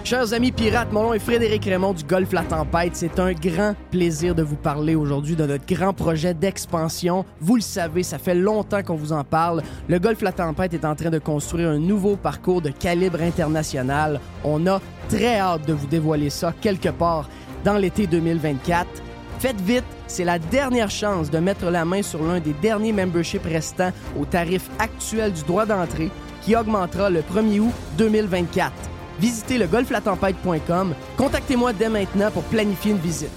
Chers amis pirates, mon nom est Frédéric Raymond du Golfe La Tempête. C'est un grand plaisir de vous parler aujourd'hui de notre grand projet d'expansion. Vous le savez, ça fait longtemps qu'on vous en parle. Le Golfe La Tempête est en train de construire un nouveau parcours de calibre international. On a très hâte de vous dévoiler ça quelque part dans l'été 2024. Faites vite, c'est la dernière chance de mettre la main sur l'un des derniers memberships restants au tarif actuel du droit d'entrée qui augmentera le 1er août 2024. Visitez le golflatempête.com. Contactez-moi dès maintenant pour planifier une visite.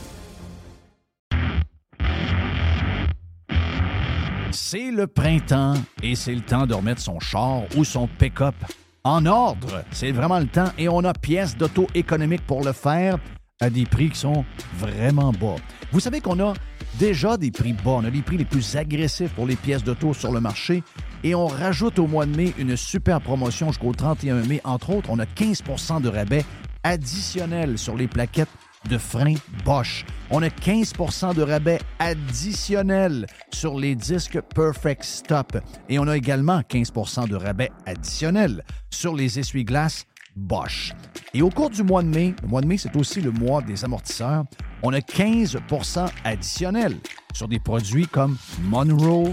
C'est le printemps et c'est le temps de remettre son char ou son pick-up en ordre. C'est vraiment le temps et on a pièces d'auto économiques pour le faire à des prix qui sont vraiment bas. Vous savez qu'on a déjà des prix bas. On a les prix les plus agressifs pour les pièces d'auto sur le marché et on rajoute au mois de mai une super promotion jusqu'au 31 mai. Entre autres, on a 15 % de rabais additionnel sur les plaquettes de frein Bosch. On a 15 % de rabais additionnel sur les disques Perfect Stop. Et on a également 15 % de rabais additionnel sur les essuie-glaces Bosch. Et au cours du mois de mai, le mois de mai, c'est aussi le mois des amortisseurs, on a 15 % additionnel sur des produits comme Monroe,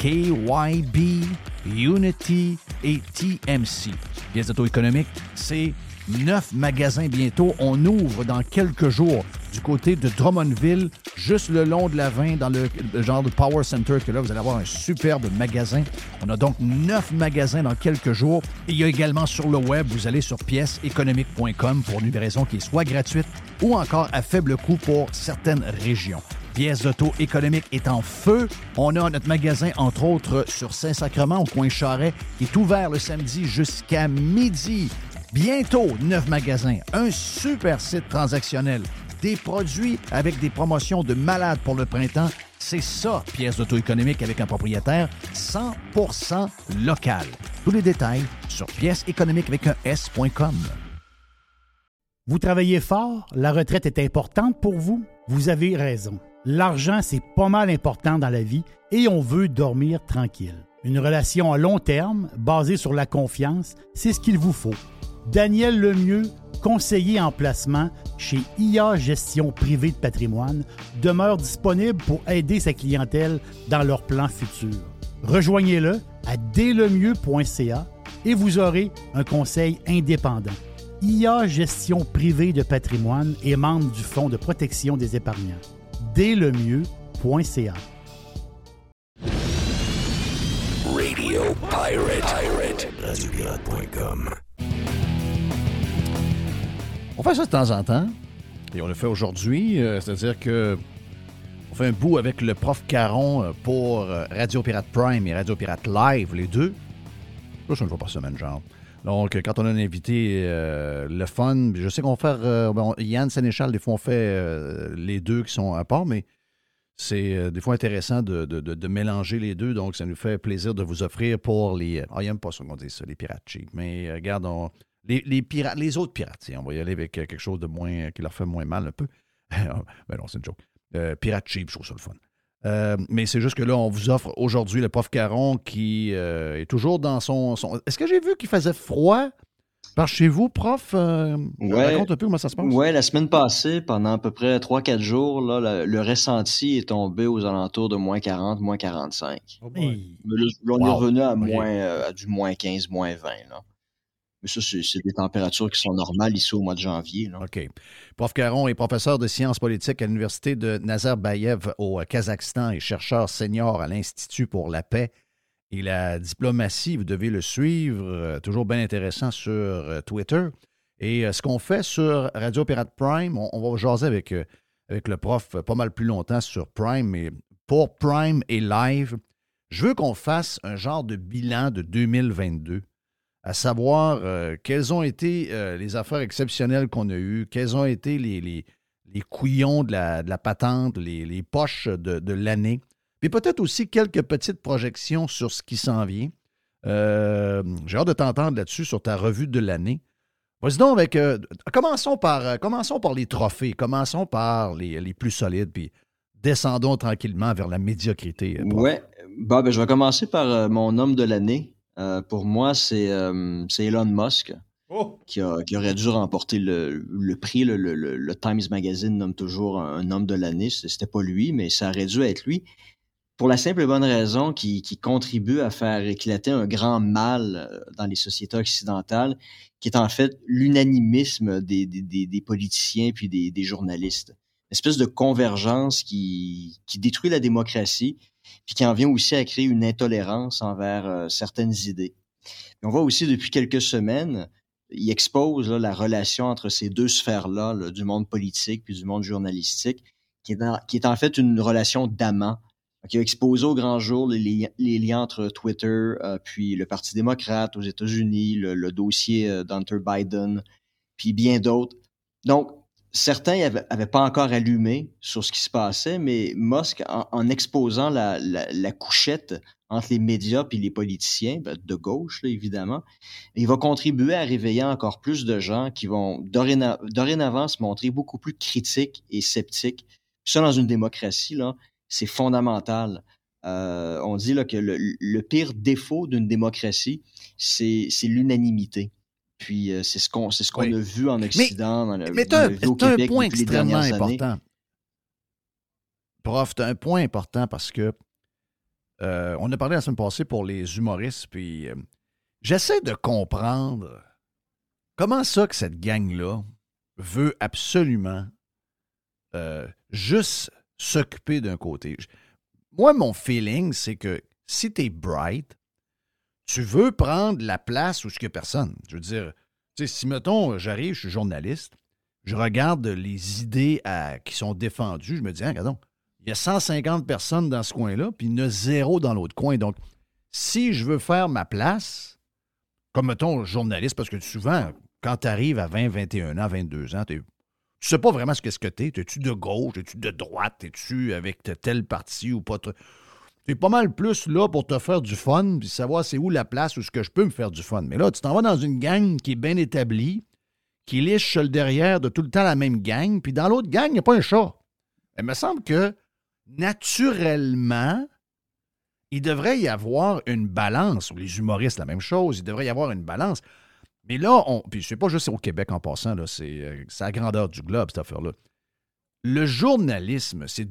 KYB, Unity et TMC. Pièces d'auto économiques, c'est 9 magasins bientôt. On ouvre dans quelques jours du côté de Drummondville, juste le long de la 20, dans le genre de Power Center, que là, vous allez avoir un superbe magasin. On a donc 9 magasins dans quelques jours. Et il y a également sur le web, vous allez sur pièceséconomique.com pour une livraison qui est soit gratuite ou encore à faible coût pour certaines régions. Pièces d'auto économique est en feu. On a notre magasin, entre autres, sur Saint-Sacrement, au coin Charret, qui est ouvert le samedi jusqu'à midi. Bientôt, 9 magasins, un super site transactionnel, des produits avec des promotions de malades pour le printemps. C'est ça, pièces d'auto économique avec un propriétaire 100% local. Tous les détails sur pièceséconomique avec un S.com. Vous travaillez fort? La retraite est importante pour vous? Vous avez raison. L'argent, c'est pas mal important dans la vie et on veut dormir tranquille. Une relation à long terme, basée sur la confiance, c'est ce qu'il vous faut. Daniel Lemieux, conseiller en placement chez IA Gestion Privée de Patrimoine, demeure disponible pour aider sa clientèle dans leurs plans futurs. Rejoignez-le à dlemieux.ca et vous aurez un conseil indépendant. IA Gestion Privée de Patrimoine est membre du Fonds de protection des épargnants. dlemieux.ca. Radio Pirate. RadioPirate.com. On fait ça de temps en temps, et on le fait aujourd'hui, c'est-à-dire que on fait un bout avec le prof Caron pour Radio Pirate Prime et Radio Pirate Live, les deux. Là, c'est une fois par semaine, genre. Donc, quand on a un invité, le fun, je sais qu'on va faire, Yann Sénéchal, des fois on fait les deux qui sont à part, mais c'est des fois intéressant de mélanger les deux, donc ça nous fait plaisir de vous offrir pour les... Ah, il n'aime pas ça qu'on dise ça, les pirates cheap, mais regarde, les pirates, les autres pirates, on va y aller avec quelque chose de moins, qui leur fait moins mal un peu. Ben non, c'est une joke. Pirate cheap, je trouve ça le fun. Mais c'est juste que là, on vous offre aujourd'hui le prof Caron qui est toujours dans son... Est-ce que j'ai vu qu'il faisait froid par chez vous, prof? Raconte un peu comment ça se passe. Oui, la semaine passée, pendant à peu près 3-4 jours, là, le ressenti est tombé aux alentours de moins 40, moins 45. Oh Mais là, on est revenu à, à du moins 15, moins 20. Là. Mais ça, c'est des températures qui sont normales ici au mois de janvier. Là. OK. Prof Caron est professeur de sciences politiques à l'Université de Nazarbayev au Kazakhstan et chercheur senior à l'Institut pour la paix et la diplomatie. Vous devez le suivre, toujours bien intéressant sur Twitter. Et ce qu'on fait sur Radio Pirate Prime, on va jaser avec le prof pas mal plus longtemps sur Prime. Mais pour Prime et Live, je veux qu'on fasse un genre de bilan de 2022. À savoir quelles ont été les affaires exceptionnelles qu'on a eues, quels ont été les couillons de la patente, les poches de l'année, puis peut-être aussi quelques petites projections sur ce qui s'en vient. J'ai hâte de t'entendre là-dessus sur ta revue de l'année. Vas-y donc avec... commençons par les trophées, commençons par les plus solides, puis descendons tranquillement vers la médiocrité. Oui, je vais commencer par mon homme de l'année. Pour moi, c'est Elon Musk. qui aurait dû remporter le prix. Le Times Magazine nomme toujours un homme de l'année. C'était pas lui, mais ça aurait dû être lui. Pour la simple et bonne raison qu'il contribue à faire éclater un grand mal dans les sociétés occidentales, qui est en fait l'unanimisme des politiciens puis des journalistes. Une espèce de convergence qui détruit la démocratie puis qui en vient aussi à créer une intolérance envers certaines idées. Et on voit aussi depuis quelques semaines, il expose la relation entre ces deux sphères-là, du monde politique puis du monde journalistique, qui est en fait une relation d'amant. Qui a exposé au grand jour les liens entre Twitter puis le Parti démocrate aux États-Unis, le dossier d'Hunter Biden, puis bien d'autres. Donc, certains n'avaient pas encore allumé sur ce qui se passait, mais Musk, en exposant la couchette entre les médias puis les politiciens, de gauche, là, évidemment, il va contribuer à réveiller encore plus de gens qui vont dorénavant se montrer beaucoup plus critiques et sceptiques. Puis ça, dans une démocratie, là, c'est fondamental. On dit là, que le pire défaut d'une démocratie, c'est l'unanimité. Puis c'est ce qu'on a vu en Occident, mais tu as un point extrêmement important. Prof, tu as un point important parce que on a parlé la semaine passée pour les humoristes, puis j'essaie de comprendre comment ça que cette gang-là veut absolument juste s'occuper d'un côté. Moi, mon feeling, c'est que si t'es bright, tu veux prendre la place où il n'y a personne. Je veux dire, tu sais, si, mettons, j'arrive, je suis journaliste, je regarde les idées qui sont défendues, je me dis, regardons, il y a 150 personnes dans ce coin-là, puis il y en a 0 dans l'autre coin. Donc, si je veux faire ma place, comme, mettons, journaliste, parce que souvent, quand tu arrives à 20, 21 ans, 22 ans, tu sais pas vraiment ce que t'es. T'es-tu de gauche? T'es-tu de droite? T'es-tu avec tel parti ou pas? T'es pas mal plus là pour te faire du fun puis savoir c'est où la place où ce que je peux me faire du fun. Mais là, tu t'en vas dans une gang qui est bien établie, qui liche sur le derrière de tout le temps la même gang, puis dans l'autre gang, il n'y a pas un chat. Il me semble que, naturellement, il devrait y avoir une balance. Ou les humoristes, la même chose. Il devrait y avoir une balance. Mais là, puis c'est pas juste au Québec en passant, là, c'est la grandeur du globe, cette affaire-là. Le journalisme, c'est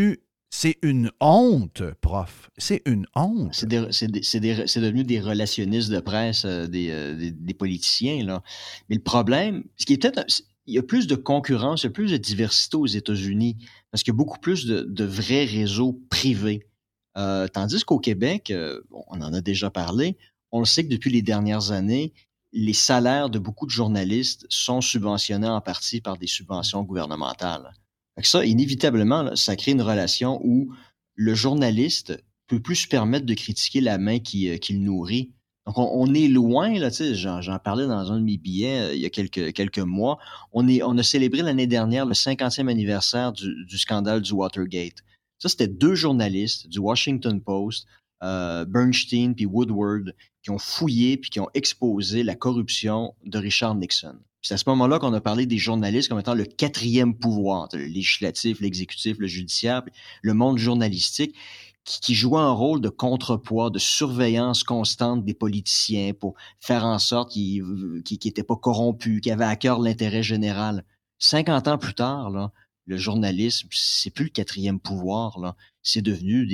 une honte, prof. C'est une honte. C'est devenu des relationnistes de presse, des politiciens, là. Mais le problème, ce qui est peut-être... Il y a plus de concurrence, il y a plus de diversité aux États-Unis, parce qu'il y a beaucoup plus de vrais réseaux privés. Tandis qu'au Québec, on en a déjà parlé, on le sait que depuis les dernières années, les salaires de beaucoup de journalistes sont subventionnés en partie par des subventions gouvernementales. Fait que ça, inévitablement, là, ça crée une relation où le journaliste peut plus se permettre de critiquer la main qui le nourrit. Donc, on est loin, là, tu sais, j'en parlais dans un de mes billets il y a quelques mois. On a célébré l'année dernière le 50e anniversaire du scandale du Watergate. Ça, c'était 2 journalistes du Washington Post, Bernstein puis Woodward, qui ont fouillé puis qui ont exposé la corruption de Richard Nixon. C'est à ce moment-là qu'on a parlé des journalistes comme étant le 4e pouvoir, le législatif, l'exécutif, le judiciaire, le monde journalistique, qui jouait un rôle de contrepoids, de surveillance constante des politiciens pour faire en sorte qu'ils n'étaient pas corrompus, qu'ils avaient à cœur l'intérêt général. 50 ans plus tard, là, le journalisme, c'est plus le 4e pouvoir, là. C'est devenu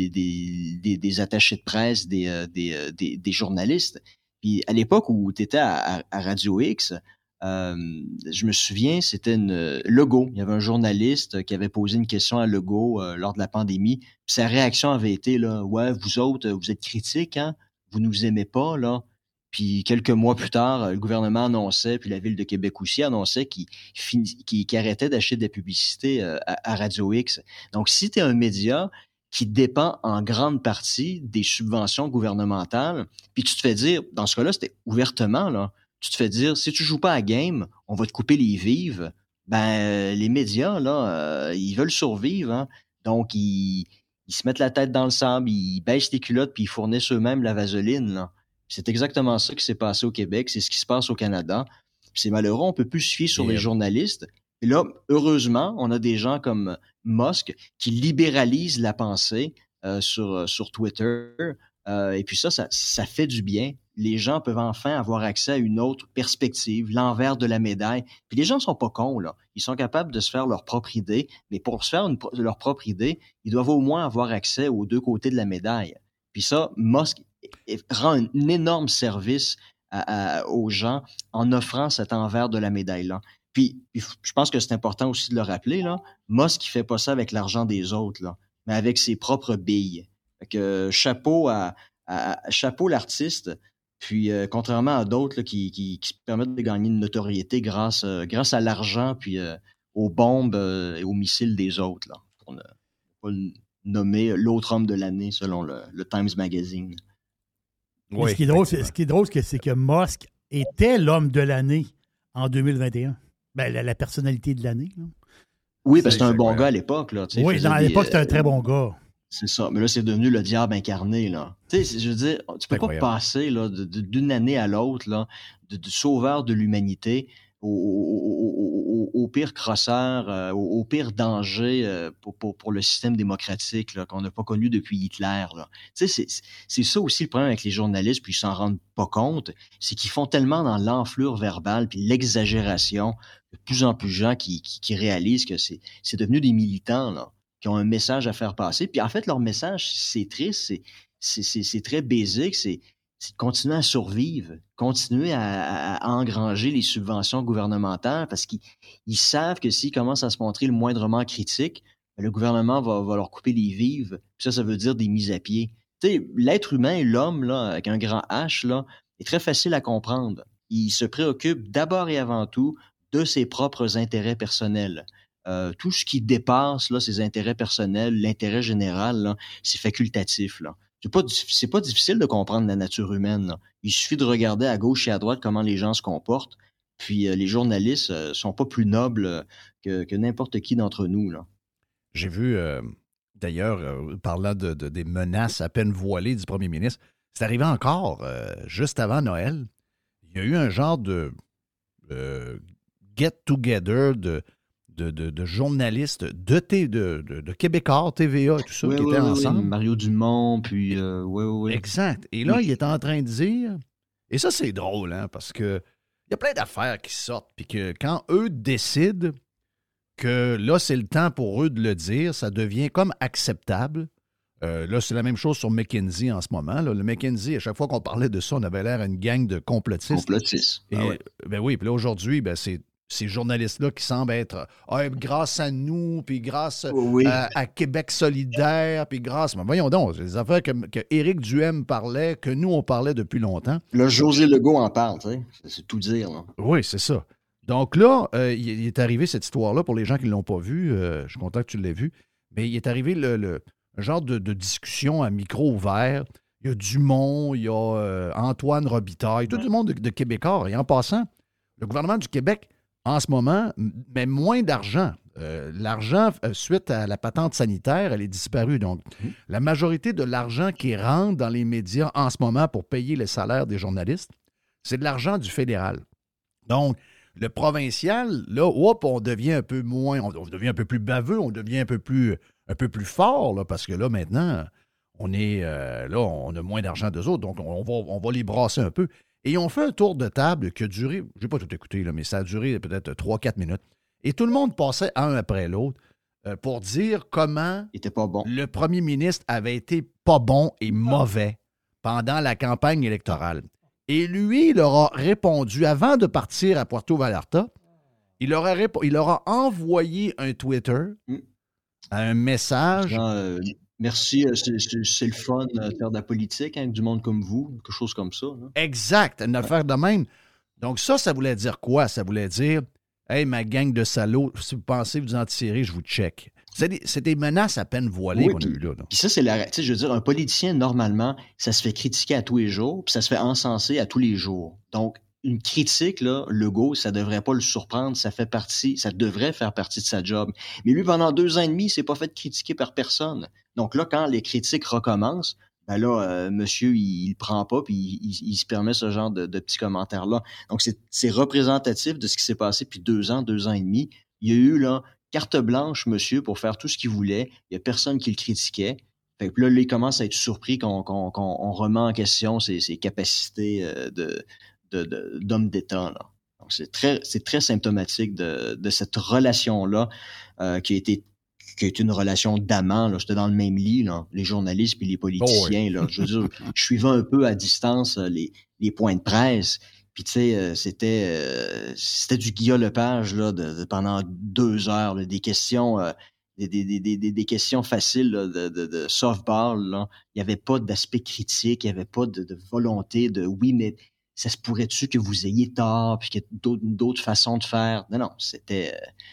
des attachés de presse, des journalistes. Puis à l'époque où tu étais à Radio X, je me souviens, c'était Legault. Il y avait un journaliste qui avait posé une question à Legault lors de la pandémie. Puis sa réaction avait été là, ouais, vous autres, vous êtes critiques, hein, vous nous aimez pas là. Puis quelques mois plus tard, le gouvernement annonçait, puis la ville de Québec aussi annonçait qu'il arrêtait d'acheter de la publicité à Radio X. Donc si tu es un média qui dépend en grande partie des subventions gouvernementales, puis tu te fais dire, dans ce cas-là, c'était ouvertement là. Tu te fais dire, si tu joues pas à game, on va te couper les vives. Ben, les médias, là, ils veulent survivre, hein. Donc, ils se mettent la tête dans le sable, ils baissent les culottes, puis ils fournissent eux-mêmes la vaseline, là. C'est exactement ça qui s'est passé au Québec, c'est ce qui se passe au Canada. Puis c'est malheureux, on peut plus se fier sur les journalistes. Et là, heureusement, on a des gens comme Musk qui libéralisent la pensée sur Twitter. Et puis ça fait du bien. les gens peuvent enfin avoir accès à une autre perspective, l'envers de la médaille. Puis les gens ne sont pas cons, là. Ils sont capables de se faire leur propre idée, mais pour se faire leur propre idée, ils doivent au moins avoir accès aux deux côtés de la médaille. Puis ça, Musk rend un énorme service aux gens en offrant cet envers de la médaille-là. Puis, je pense que c'est important aussi de le rappeler, là, Musk, il fait pas ça avec l'argent des autres, là, mais avec ses propres billes. Fait que chapeau chapeau l'artiste. Puis, contrairement à d'autres là, qui se permettent de gagner une notoriété grâce à l'argent puis aux bombes et aux missiles des autres, là, pour ne pas le nommer l'autre homme de l'année selon le Times Magazine. Oui, ce qui est drôle, c'est que Musk était l'homme de l'année en 2021. Ben, la personnalité de l'année. Là. Oui, parce que c'était un bon gars à l'époque. Là, oui, à l'époque, c'était un très bon gars. C'est ça. Mais là, c'est devenu le diable incarné. Là. Je veux dire, tu peux pas passer là, d'une année à l'autre là, de sauveur de l'humanité au pire crosseur, au pire danger pour le système démocratique là, qu'on n'a pas connu depuis Hitler. Là. C'est ça aussi le problème avec les journalistes, puis ils s'en rendent pas compte, c'est qu'ils font tellement dans l'enflure verbale puis l'exagération, de plus en plus de gens qui réalisent que c'est devenu des militants là, qui ont un message à faire passer. Puis en fait, leur message, c'est triste, c'est très basique, c'est de continuer à survivre, continuer à engranger les subventions gouvernementales parce qu'ils savent que s'ils commencent à se montrer le moindrement critique, le gouvernement va leur couper les vives. Puis ça veut dire des mises à pied. Tu sais, l'être humain, l'homme, là, avec un grand H, là, est très facile à comprendre. Il se préoccupe d'abord et avant tout de ses propres intérêts personnels. Tout ce qui dépasse là, ses intérêts personnels, l'intérêt général, là, c'est facultatif. Là. C'est pas difficile de comprendre la nature humaine. Là. Il suffit de regarder à gauche et à droite comment les gens se comportent. Puis les journalistes sont pas plus nobles que n'importe qui d'entre nous. Là. J'ai vu, d'ailleurs, parlant des menaces à peine voilées du premier ministre, c'est arrivé encore juste avant Noël. Il y a eu un genre de get-together de journalistes de Québécois, TVA, tout ça, qui étaient ensemble. Mario Dumont, puis... oui. Exact. Et là, il est en train de dire... Et ça, c'est drôle, hein, parce que il y a plein d'affaires qui sortent, puis que quand eux décident que là, c'est le temps pour eux de le dire, ça devient comme acceptable. Là, c'est la même chose sur McKinsey en ce moment. Là. Le McKinsey, à chaque fois qu'on parlait de ça, on avait l'air d'une gang de complotistes. Complotistes. Ben oui, puis là, aujourd'hui, c'est ces journalistes-là qui semblent être grâce à nous, puis grâce à Québec solidaire, puis grâce... Mais voyons donc, c'est des affaires que Éric Duhem parlait, que nous, on parlait depuis longtemps. Là, José Legault en parle, tu sais. C'est tout dire, là. Oui, c'est ça. Donc là, il est arrivé cette histoire-là, pour les gens qui ne l'ont pas vu, je suis content que tu l'aies vu, mais il est arrivé le genre de discussion à micro ouvert. Il y a Dumont, il y a Antoine Robitaille, tout le monde de Québécois. Et en passant, le gouvernement du Québec, en ce moment, mais moins d'argent. L'argent, suite à la patente sanitaire, elle est disparue. Donc, la majorité de l'argent qui rentre dans les médias en ce moment pour payer les salaires des journalistes, c'est de l'argent du fédéral. Donc, le provincial, là, on devient un peu moins, on devient un peu plus baveux, on devient un peu plus fort, là, parce que là, maintenant, on est, là, on a moins d'argent d'eux autres, donc on va les brasser un peu. Et on fait un tour de table qui a duré, je n'ai pas tout écouté, là, mais ça a duré peut-être 3-4 minutes. Et tout le monde passait un après l'autre pour dire comment il était pas bon. Le premier ministre avait été pas bon et mauvais pendant la campagne électorale. Et lui, il leur a répondu, avant de partir à Puerto Vallarta, il leur a envoyé un Twitter, un message... Merci, c'est le fun de faire de la politique avec du monde comme vous, quelque chose comme ça. Là. Exact, une affaire de même. Donc ça voulait dire quoi? Ça voulait dire, hey, ma gang de salauds, si vous pensez vous en tirer, je vous check. C'est des menaces à peine voilées qu'on a eues là. Puis ça, c'est je veux dire, un politicien, normalement, ça se fait critiquer à tous les jours, puis ça se fait encenser à tous les jours. Donc, une critique, là, Legault, ça devrait pas le surprendre, ça devrait faire partie de sa job. Mais lui, pendant 2 ans et demi, il s'est pas fait critiquer par personne. Donc là, quand les critiques recommencent, ben là, monsieur, il prend pas, puis il se permet ce genre de petits commentaires-là. Donc, c'est représentatif de ce qui s'est passé depuis 2 ans et demi. Il y a eu, là, carte blanche, monsieur, pour faire tout ce qu'il voulait. Il y a personne qui le critiquait. Fait que là, il commence à être surpris qu'on remet en question ses capacités d'homme d'État, là. Donc, c'est très symptomatique de cette relation-là qui est une relation d'amant. J'étais dans le même lit, là, les journalistes puis les politiciens. Là, je veux dire, je suivais un peu à distance les points de presse. Puis tu sais, c'était du Guillaume Lepage là, pendant 2 heures, là, des questions... Des questions faciles là, de softball. Là. Il n'y avait pas d'aspect critique, il n'y avait pas de volonté de « oui, mais ça se pourrait-tu que vous ayez tort, puis qu'il y a d'autres façons de faire? » Non, c'était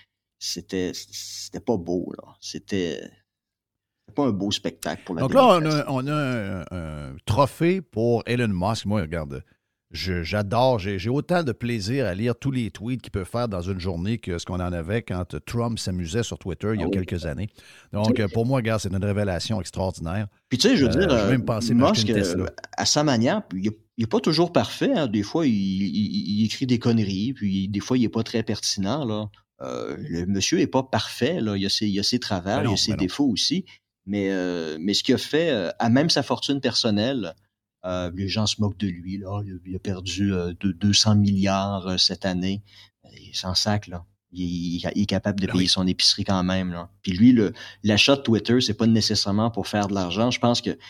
pas beau. Là. C'était pas un beau spectacle pour la démocratie. Donc là, on a un trophée pour Elon Musk. Moi, regarde, j'adore, j'ai autant de plaisir à lire tous les tweets qu'il peut faire dans une journée que ce qu'on en avait quand Trump s'amusait sur Twitter il y a quelques années. Donc, pour moi, regarde, c'est une révélation extraordinaire. Puis tu sais, je veux dire, j'ai même pensé m'acheter une Tesla. À sa manière, il n'est pas toujours parfait. Hein. Des fois, il écrit des conneries, puis des fois, il n'est pas très pertinent. Là. Le monsieur n'est pas parfait. Là. Il a ses travers, il a ses défauts aussi. Mais ce qu'il a fait, à même sa fortune personnelle, les gens se moquent de lui. Là. Il a perdu 200 milliards cette année. Il s'en sac, là. Il est capable de payer son épicerie quand même. Là. Puis lui, l'achat de Twitter, c'est pas nécessairement pour faire de l'argent. Je pense qu'il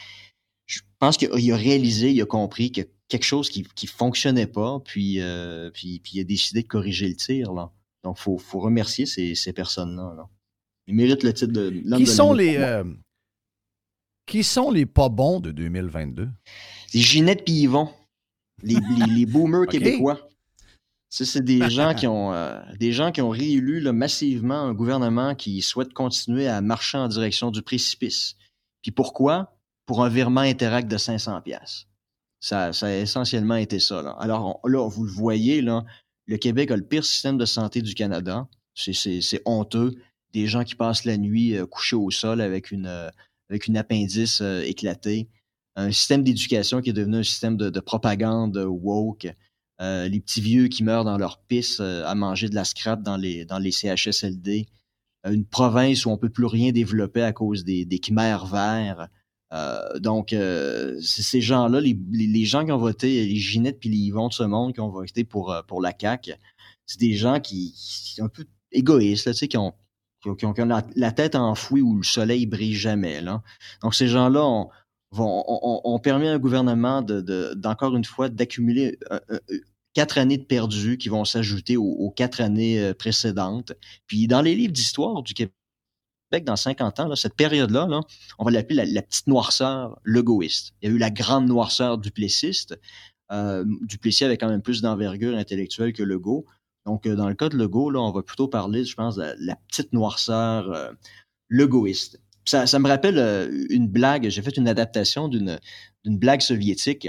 a réalisé, il a compris que quelque chose qui fonctionnait pas, puis il a décidé de corriger le tir. Là. Donc, faut remercier ces personnes-là. Là. Ils méritent le titre de l'homme de l'année. Qui sont les pas bons de 2022? C'est Ginette puis Yvon, les boomers québécois. Ça, c'est des gens qui ont réélu là, massivement un gouvernement qui souhaite continuer à marcher en direction du précipice. Puis pourquoi? Pour un virement Interact de 500$. Ça a essentiellement été ça. Là. Alors là, vous le voyez, là, le Québec a le pire système de santé du Canada. C'est honteux. Des gens qui passent la nuit couchés au sol avec une appendice éclatée. Un système d'éducation qui est devenu un système de propagande woke. Les petits vieux qui meurent dans leur pisse à manger de la scrap dans les CHSLD. Une province où on ne peut plus rien développer à cause des Khmers verts. Donc, c'est ces gens-là, les gens qui ont voté, les Ginette puis les Yvon de ce monde qui ont voté pour la CAQ, c'est des gens qui sont un peu égoïstes, là, tu sais, qui ont la tête enfouie où le soleil brille jamais. Là. Donc, ces gens-là ont permis à un gouvernement d'encore une fois d'accumuler 4 années de perdus qui vont s'ajouter aux 4 années précédentes. Puis, dans les livres d'histoire du Québec, dans 50 ans, là, cette période-là, là, on va l'appeler la petite noirceur legaultiste. Il y a eu la grande noirceur duplessiste. Duplessis avait quand même plus d'envergure intellectuelle que Legault. Donc, dans le cas de Legault, là, on va plutôt parler, je pense, de la petite noirceur legaultiste. Ça me rappelle une blague. J'ai fait une adaptation d'une blague soviétique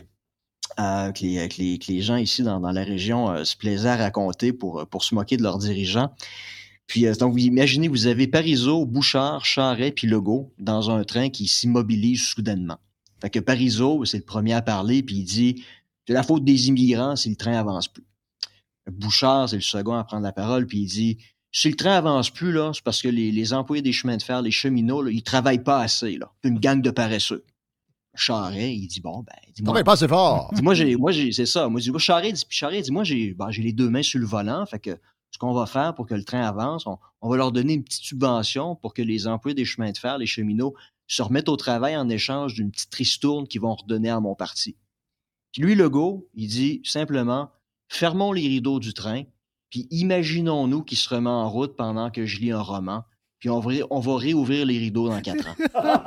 que les gens ici dans la région se plaisaient à raconter pour se moquer de leurs dirigeants. Puis, donc, vous imaginez, vous avez Parizeau, Bouchard, Charest puis Legault dans un train qui s'immobilise soudainement. Fait que Parizeau, c'est le premier à parler, puis il dit « C'est la faute des immigrants si le train avance plus. » Bouchard, c'est le second à prendre la parole, puis il dit « Si le train avance plus, là, c'est parce que les employés des chemins de fer, les cheminots, là, ils travaillent pas assez, là. C'est une gang de paresseux. » Charest, il dit « Bon, ben... » Non, mais pas assez fort. Moi, c'est ça. Moi, Charest dit « Moi, j'ai les 2 mains sur le volant, fait que ce qu'on va faire pour que le train avance, on va leur donner une petite subvention pour que les employés des chemins de fer, les cheminots, se remettent au travail en échange d'une petite ristourne qu'ils vont redonner à mon parti. » Puis lui, Legault, il dit simplement « Fermons les rideaux du train, puis imaginons-nous qu'il se remet en route pendant que je lis un roman, puis on va réouvrir les rideaux dans 4 ans. »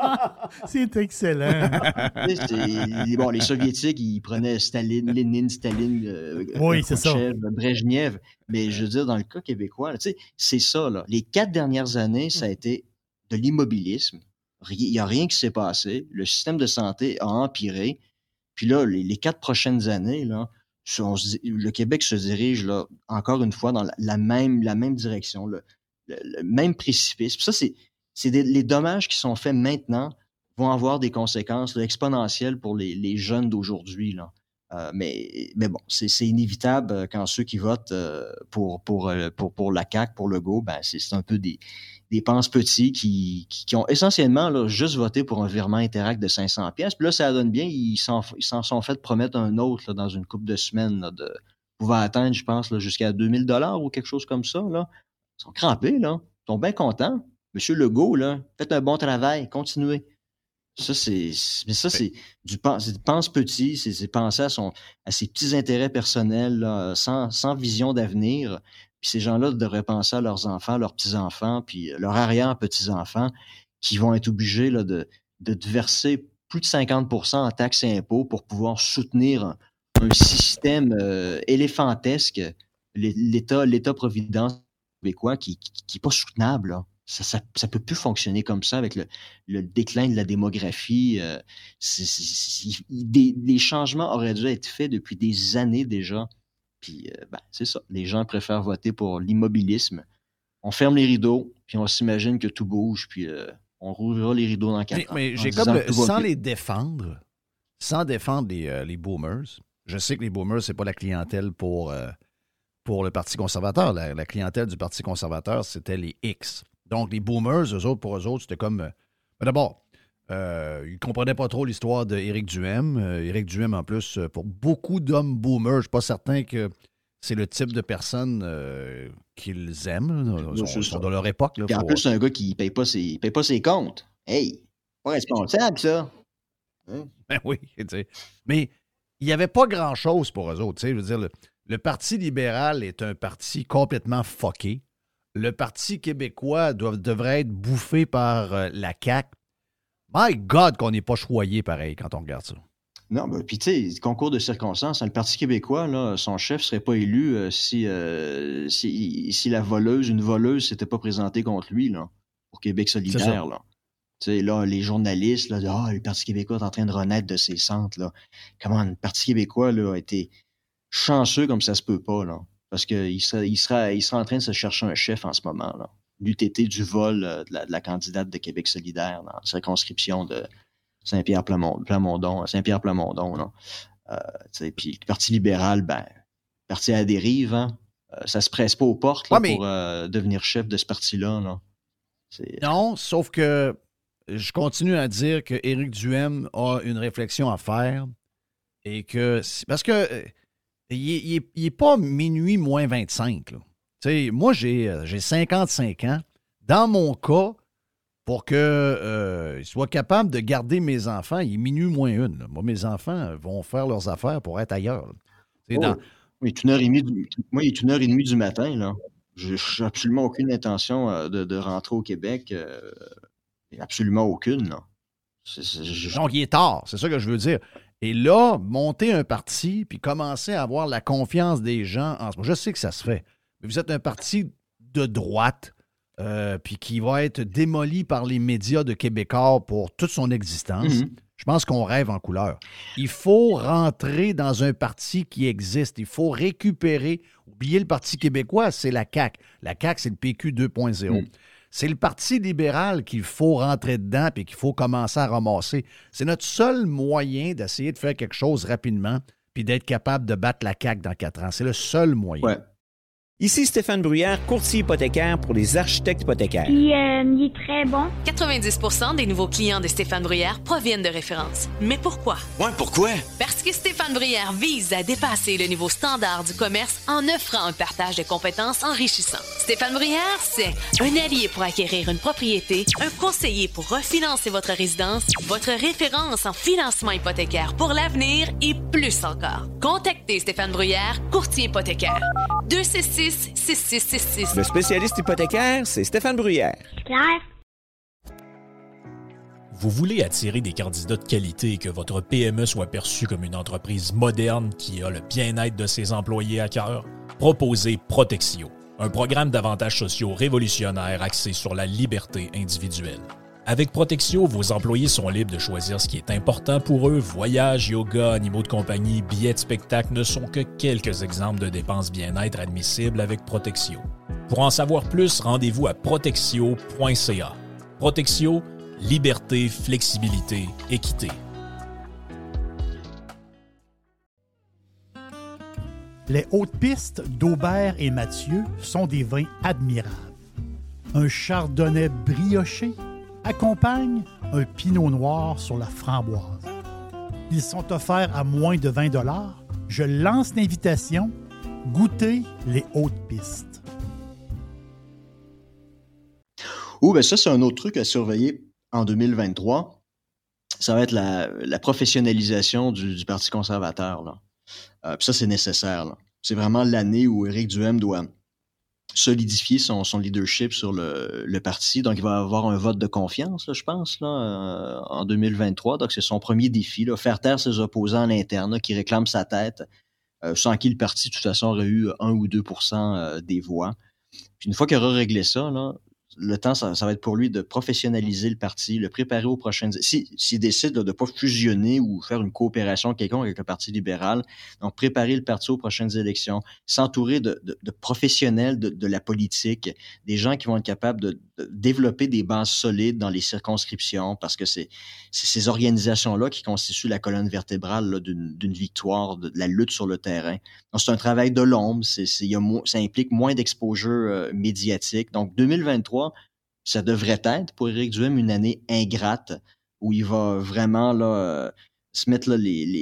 C'est excellent. Bon, les Soviétiques, ils prenaient Staline, Lénine, oui, c'est ça. Brejnev, mais je veux dire, dans le cas québécois, tu sais, c'est ça. Là. Les 4 dernières années, ça a été de l'immobilisme. Il n'y a rien qui s'est passé. Le système de santé a empiré. Puis là, les 4 prochaines années, là, le Québec se dirige là, encore une fois dans la même direction, le même précipice. Puis ça, les dommages qui sont faits maintenant vont avoir des conséquences là, exponentielles pour les jeunes d'aujourd'hui. Là. Mais bon, c'est inévitable quand ceux qui votent pour la CAQ, pour Legault, ben c'est un peu des pense-petits qui ont essentiellement là, juste voté pour un virement Interact de 500$. Puis là, ça donne bien, ils s'en sont fait promettre un autre là, dans une couple de semaines là, de pouvant atteindre, je pense, là, jusqu'à 2000$ ou quelque chose comme ça. Là. Ils sont crampés, là. Ils sont bien contents. Monsieur Legault, là, faites un bon travail, continuez. Ça, c'est du pense-petit, c'est penser à ses petits intérêts personnels, là, sans vision d'avenir. Puis ces gens-là devraient penser à leurs enfants, leurs petits-enfants, puis leurs arrière-petits-enfants qui vont être obligés là, de verser plus de 50% en taxes et impôts pour pouvoir soutenir un système éléphantesque, l'État-providence québécois qui n'est pas soutenable. Là. Ça peut plus fonctionner comme ça avec le déclin de la démographie. Les changements auraient dû être faits depuis des années déjà. Puis, c'est ça. Les gens préfèrent voter pour l'immobilisme. On ferme les rideaux, puis on s'imagine que tout bouge, puis on rouvrira les rideaux dans 4 ans. Mais j'ai sans les défendre, les boomers, je sais que les boomers, c'est pas la clientèle pour le Parti conservateur. La clientèle du Parti conservateur, c'était les X. Donc, les boomers, pour eux autres, c'était comme... d'abord, ils ne comprenaient pas trop l'histoire d'Éric Duhaime. Éric Duhaime, en plus, pour beaucoup d'hommes boomers, je ne suis pas certain que c'est le type de personne qu'ils aiment. Ils sont dans leur époque. Là, puis en plus, c'est un gars qui ne paye pas ses comptes. Hey, pas responsable, ça. Hein? Ben oui, tu sais. Mais il n'y avait pas grand-chose pour eux autres. Je veux dire, le Parti libéral est un parti complètement fucké. Le Parti québécois devrait être bouffé par la CAQ. My God, qu'on n'est pas choyé pareil quand on regarde ça. Non, ben, puis tu sais, concours de circonstances, hein, le Parti québécois, là, son chef ne serait pas élu si une voleuse s'était pas présentée contre lui, là, pour Québec solidaire, là. Tu sais, là, les journalistes, là, le Parti québécois est en train de renaître de ses cendres, là. Comment le Parti québécois, là, a été chanceux comme ça se peut pas, là. Parce qu'il sera en train de se chercher un chef en ce moment, là. L'UTT du vol de la candidate de Québec solidaire dans la circonscription de Saint-Pierre-Plamondon, là. Puis le Parti libéral, parti à la dérive, hein. Ça se presse pas aux portes là, pour devenir chef de ce parti-là, là. Non, sauf que je continue à dire que Éric Duhaime a une réflexion à faire et que... Parce que il n'est pas minuit moins 25, là. Moi, j'ai 55 ans. Dans mon cas, pour qu'il soit capable de garder mes enfants, il est minuit moins 1. Là. Moi, mes enfants vont faire leurs affaires pour être ailleurs. Oui, il est 1h30 du matin. Là. Je n'ai absolument aucune intention de rentrer au Québec. Absolument aucune. Là. Donc, il est tard. C'est ça que je veux dire. Et là, monter un parti puis commencer à avoir la confiance des gens en ce moment. Je sais que ça se fait. Mais vous êtes un parti de droite puis qui va être démoli par les médias de Québécois pour toute son existence. Mm-hmm. Je pense qu'on rêve en couleur. Il faut rentrer dans un parti qui existe. Il faut récupérer. Oubliez le Parti québécois, c'est la CAQ. La CAQ, c'est le PQ 2.0. Mm. C'est le Parti libéral qu'il faut rentrer dedans et qu'il faut commencer à ramasser. C'est notre seul moyen d'essayer de faire quelque chose rapidement puis d'être capable de battre la CAQ dans 4 ans. C'est le seul moyen. Ouais. Ici Stéphane Bruyère, courtier hypothécaire pour les architectes hypothécaires. Puis, il est très bon. 90% des nouveaux clients de Stéphane Bruyère proviennent de références. Mais pourquoi? Ouais, pourquoi? Parce que Stéphane Bruyère vise à dépasser le niveau standard du commerce en offrant un partage de compétences enrichissant. Stéphane Bruyère, c'est un allié pour acquérir une propriété, un conseiller pour refinancer votre résidence, votre référence en financement hypothécaire pour l'avenir et plus encore. Contactez Stéphane Bruyère, courtier hypothécaire. 266-6666. Le spécialiste hypothécaire, c'est Stéphane Bruyère. Claire. Vous voulez attirer des candidats de qualité et que votre PME soit perçue comme une entreprise moderne qui a le bien-être de ses employés à cœur? Proposez Protexio, un programme d'avantages sociaux révolutionnaire axé sur la liberté individuelle. Avec Protexio, vos employés sont libres de choisir ce qui est important pour eux. Voyages, yoga, animaux de compagnie, billets de spectacle ne sont que quelques exemples de dépenses bien-être admissibles avec Protexio. Pour en savoir plus, rendez-vous à protexio.ca. Protexio, liberté, flexibilité, équité. Les hautes pistes d'Aubert et Mathieu sont des vins admirables. Un chardonnay brioché accompagne un pinot noir sur la framboise. Ils sont offerts à moins de 20 $. Je lance l'invitation. Goûtez les hautes pistes. Ben ça, c'est un autre truc à surveiller en 2023. Ça va être la professionnalisation du Parti conservateur, là. Puis ça, c'est nécessaire, là. C'est vraiment l'année où Éric Duhaime doit solidifier son leadership sur le parti. Donc, il va avoir un vote de confiance, là, je pense, là, en 2023. Donc, c'est son premier défi, là, faire taire ses opposants à l'interne là, qui réclament sa tête, sans qui le parti, de toute façon, aurait eu 1 ou 2 % des voix. Puis une fois qu'il aura réglé ça, là, le temps, ça va être pour lui de professionnaliser le parti, le préparer aux prochaines... S'il décide là, de ne pas fusionner ou faire une coopération quelconque avec le Parti libéral, donc préparer le parti aux prochaines élections, s'entourer de professionnels de la politique, des gens qui vont être capables de développer des bases solides dans les circonscriptions, parce que c'est ces organisations-là qui constituent la colonne vertébrale là, d'une victoire, de la lutte sur le terrain. Donc, c'est un travail de l'ombre, ça implique moins d'exposure médiatique. Donc, 2023, ça devrait être pour Éric Duhaime une année ingrate où il va vraiment là, se mettre là,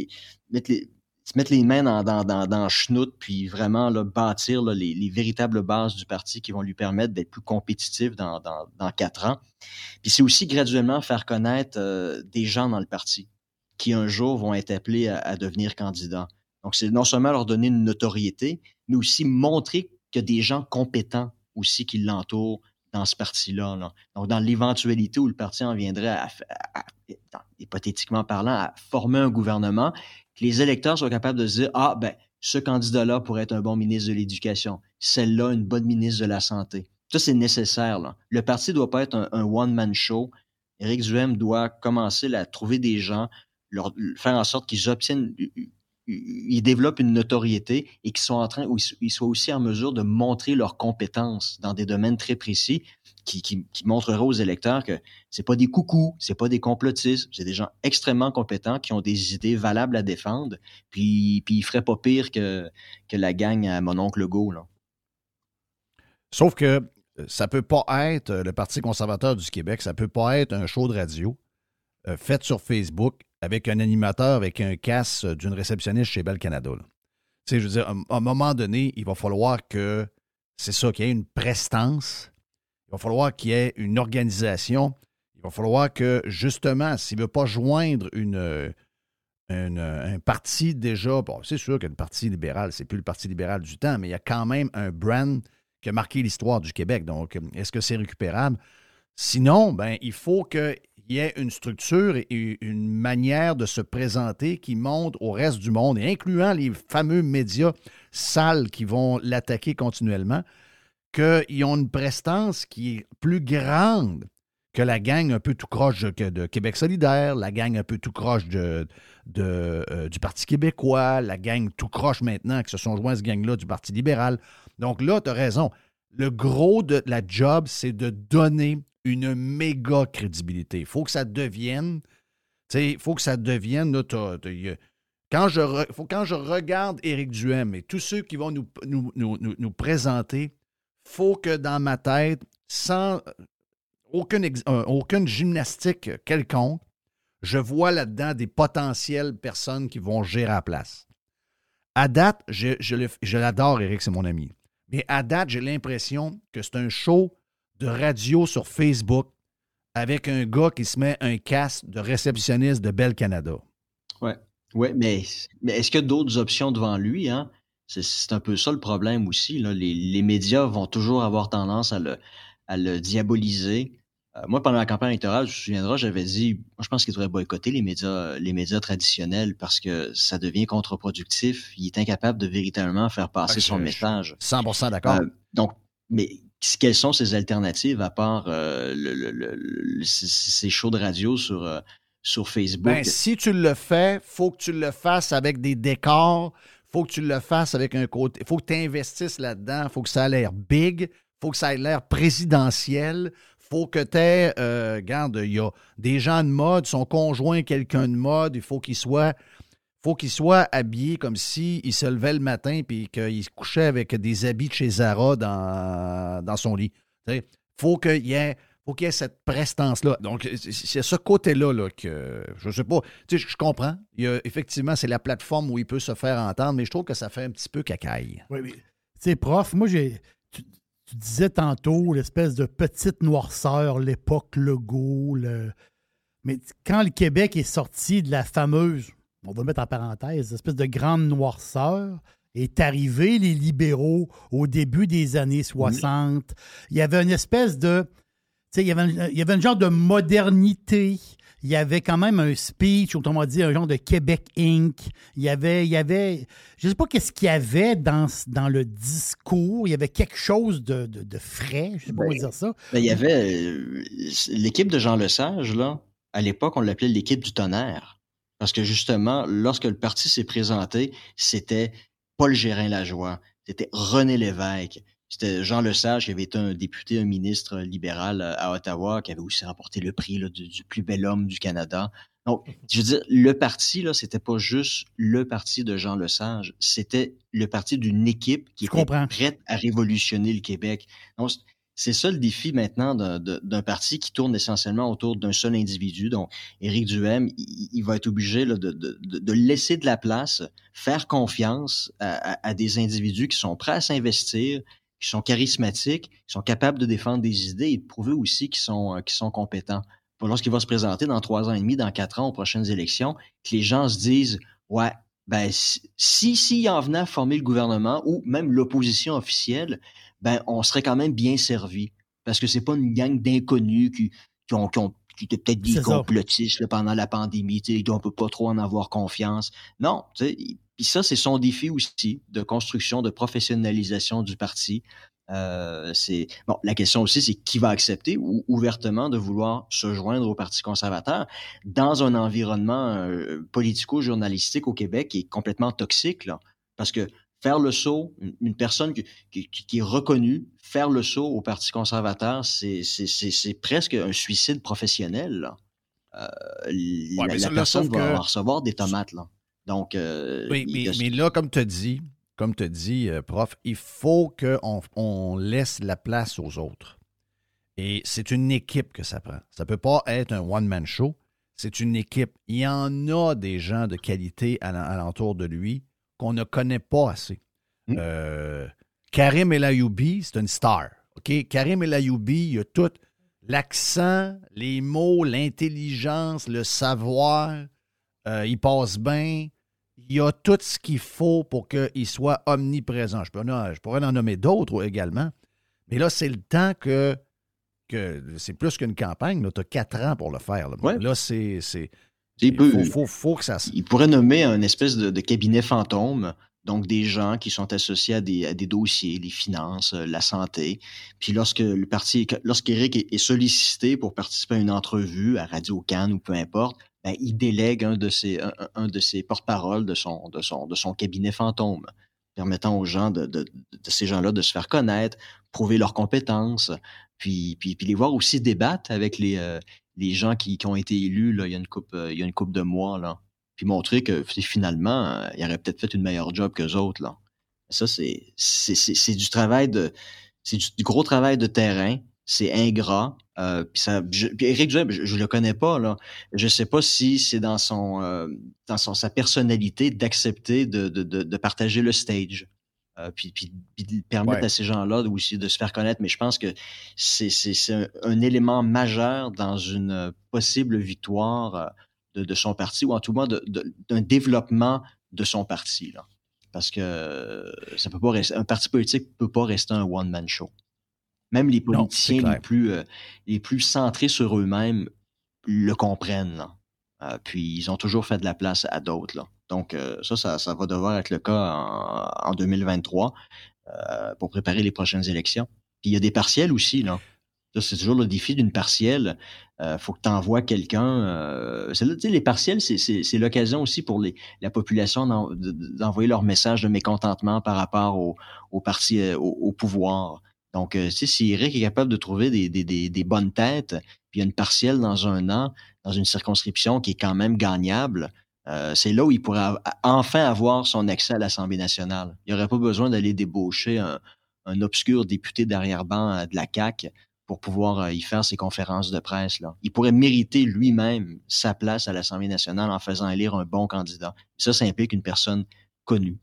se mettre les mains dans le chenoute puis vraiment là, bâtir là, les véritables bases du parti qui vont lui permettre d'être plus compétitif dans 4 ans. Puis c'est aussi graduellement faire connaître des gens dans le parti qui un jour vont être appelés à devenir candidats. Donc c'est non seulement leur donner une notoriété, mais aussi montrer qu'il y a des gens compétents aussi qui l'entourent dans ce parti-là. Là. Donc, dans l'éventualité où le parti en viendrait hypothétiquement parlant, à former un gouvernement, que les électeurs soient capables de se dire ce candidat-là pourrait être un bon ministre de l'Éducation, celle-là, une bonne ministre de la Santé. Ça, c'est nécessaire. Là. Le parti ne doit pas être un one-man show. Éric Duhaime doit commencer à trouver des gens, faire en sorte qu'ils obtiennent... Ils développent une notoriété et qu'ils soient aussi en mesure de montrer leurs compétences dans des domaines très précis qui montrera aux électeurs que c'est pas des coucous, c'est pas des complotistes, c'est des gens extrêmement compétents qui ont des idées valables à défendre, puis ils feraient pas pire que la gang à mon oncle Legault, là. Sauf que ça peut pas être le Parti conservateur du Québec, ça peut pas être un show de radio fait sur Facebook avec un animateur avec un casque d'une réceptionniste chez Bell Canada. Tu sais, je veux dire, à un moment donné, il va falloir que, c'est ça, qu'il y ait une prestance, il va falloir qu'il y ait une organisation, il va falloir que, justement, s'il ne veut pas joindre un parti déjà, bon, c'est sûr que le Parti libéral, c'est plus le Parti libéral du temps, mais il y a quand même un brand qui a marqué l'histoire du Québec. Donc, est-ce que c'est récupérable? Sinon, il faut qu'il y ait une structure et une manière de se présenter qui montre au reste du monde, et incluant les fameux médias sales qui vont l'attaquer continuellement, qu'ils ont une prestance qui est plus grande que la gang un peu tout croche de Québec solidaire, la gang un peu tout croche du Parti québécois, la gang tout croche maintenant qui se sont joints à ce gang-là du Parti libéral. Donc là, tu as raison. Le gros de la job, c'est de donner une méga crédibilité. Il faut que ça devienne, là, quand je regarde Éric Duhaime et tous ceux qui vont nous présenter, il faut que dans ma tête, sans aucune gymnastique quelconque, je vois là-dedans des potentielles personnes qui vont gérer à la place. À date, je l'adore, Éric, c'est mon ami. Mais à date, j'ai l'impression que c'est un show de radio sur Facebook avec un gars qui se met un casque de réceptionniste de Bell Canada. Ouais, mais est-ce qu'il y a d'autres options devant lui, hein? C'est un peu ça le problème aussi, là. Les médias vont toujours avoir tendance à le diaboliser. Moi, pendant la campagne électorale, je me souviendrai, j'avais dit, moi, je pense qu'il devrait boycotter les médias traditionnels parce que ça devient contre-productif. Il est incapable de véritablement faire passer son message. 100% d'accord. Donc, mais quelles sont ces alternatives à part ces shows de radio sur Facebook? Si tu le fais, il faut que tu le fasses avec des décors, il faut que tu le fasses avec un côté, il faut que tu investisses là-dedans, il faut que ça ait l'air big, il faut que ça ait l'air présidentiel, il faut que tu aies, regarde, il y a des gens de mode, son conjoint quelqu'un de mode, il faut qu'il soit faut qu'il soit habillé comme s'il se levait le matin puis qu'il se couchait avec des habits de chez Zara dans son lit. Faut qu'il y ait cette prestance-là. Donc, c'est ce côté-là là, que je sais pas. Tu sais, je comprends. Effectivement, c'est la plateforme où il peut se faire entendre, mais je trouve que ça fait un petit peu cacaille. Oui, oui. Tu sais, prof, moi, tu disais tantôt l'espèce de petite noirceur, l'époque Legault. Mais quand le Québec est sorti de la fameuse, on va mettre en parenthèse, espèce de grande noirceur, est arrivé les libéraux au début des années 60. Oui. Il y avait une espèce de... Tu sais, il y avait un genre de modernité. Il y avait quand même un speech, autrement dit, un genre de Québec Inc. Il y avait je ne sais pas qu'est-ce qu'il y avait dans le discours. Il y avait quelque chose de frais, je ne sais pas comment dire ça. Il y avait l'équipe de Jean Lesage, là, à l'époque, on l'appelait l'équipe du tonnerre. Parce que justement, lorsque le parti s'est présenté, c'était Paul Gérin-Lajoie, c'était René Lévesque, c'était Jean Lesage qui avait été un député, un ministre libéral à Ottawa, qui avait aussi remporté le prix là, du plus bel homme du Canada. Donc, je veux dire, le parti, là, c'était pas juste le parti de Jean Lesage, c'était le parti d'une équipe qui était prête à révolutionner le Québec. Donc, c'est ça le défi maintenant d'un parti qui tourne essentiellement autour d'un seul individu. Donc, Éric Duhaime, il va être obligé là, de laisser de la place, faire confiance à des individus qui sont prêts à s'investir, qui sont charismatiques, qui sont capables de défendre des idées et de prouver aussi qu'ils sont compétents. Lorsqu'il va se présenter dans 3 ans et demi, dans 4 ans aux prochaines élections, que les gens se disent « Ouais, ben s'il en venait à former le gouvernement ou même l'opposition officielle, ben on serait quand même bien servi. Parce que c'est pas une gang d'inconnus qui étaient peut-être des complotistes là, pendant la pandémie, on peut pas trop en avoir confiance. » Non, tu sais, puis ça, c'est son défi aussi de construction, de professionnalisation du parti. La question aussi, c'est qui va accepter ouvertement de vouloir se joindre au Parti conservateur dans un environnement politico-journalistique au Québec qui est complètement toxique, là. Parce que faire le saut, une personne qui est reconnue, faire le saut au Parti conservateur, c'est presque un suicide professionnel, là. La personne va recevoir des tomates, là. Donc, mais là, comme tu dis, prof, il faut qu'on laisse la place aux autres. Et c'est une équipe que ça prend. Ça ne peut pas être un one-man show. C'est une équipe. Il y en a des gens de qualité alentour de lui qu'on ne connaît pas assez. Karim El Ayoumi, c'est une star. Okay? Karim El Ayoumi, il a tout l'accent, les mots, l'intelligence, le savoir. Il passe bien. Il y a tout ce qu'il faut pour qu'il soit omniprésent. Je pourrais en nommer d'autres également. Mais là, c'est le temps que c'est plus qu'une campagne. Tu as 4 ans pour le faire. Là, ouais. Là faut que ça... Il pourrait nommer un espèce de cabinet fantôme, donc des gens qui sont associés à des dossiers, les finances, la santé. Puis lorsqu'Éric est sollicité pour participer à une entrevue à Radio-Can ou peu importe, ben, il délègue un de ses porte-paroles de son cabinet fantôme, permettant aux gens de ces gens-là de se faire connaître, prouver leurs compétences, puis les voir aussi débattre avec les gens qui ont été élus là, il y a une couple de mois, là, puis montrer que finalement, ils auraient peut-être fait une meilleure job qu'eux autres, là. Ça, c'est du travail c'est du gros travail de terrain, c'est ingrat. Puis Éric Duhaime, je le connais pas, là. Je sais pas si c'est dans sa personnalité d'accepter de partager le stage. Puis de permettre à ces gens-là aussi de se faire connaître. Mais je pense que c'est un élément majeur dans une possible victoire de son parti, ou en tout cas d'un développement de son parti, là. Parce que ça peut pas rester, un parti politique peut pas rester un one-man show. Même les politiciens les plus centrés sur eux-mêmes le comprennent, là. Puis ils ont toujours fait de la place à d'autres, là. Donc, ça va devoir être le cas en 2023 pour préparer les prochaines élections. Puis il y a des partiels aussi, là. Ça, c'est toujours le défi d'une partielle. Faut que tu envoies quelqu'un. Les partiels, c'est l'occasion aussi pour la population d'envoyer leur message de mécontentement par rapport au parti au pouvoir. Donc, si Éric est capable de trouver des bonnes têtes, puis il y a une partielle dans 1 an, dans une circonscription qui est quand même gagnable, C'est là où il pourrait enfin avoir son accès à l'Assemblée nationale. Il n'aurait pas besoin d'aller débaucher un obscur député d'arrière-ban de la CAQ pour pouvoir y faire ses conférences de presse. Là. Il pourrait mériter lui-même sa place à l'Assemblée nationale en faisant élire un bon candidat. Ça implique une personne connue.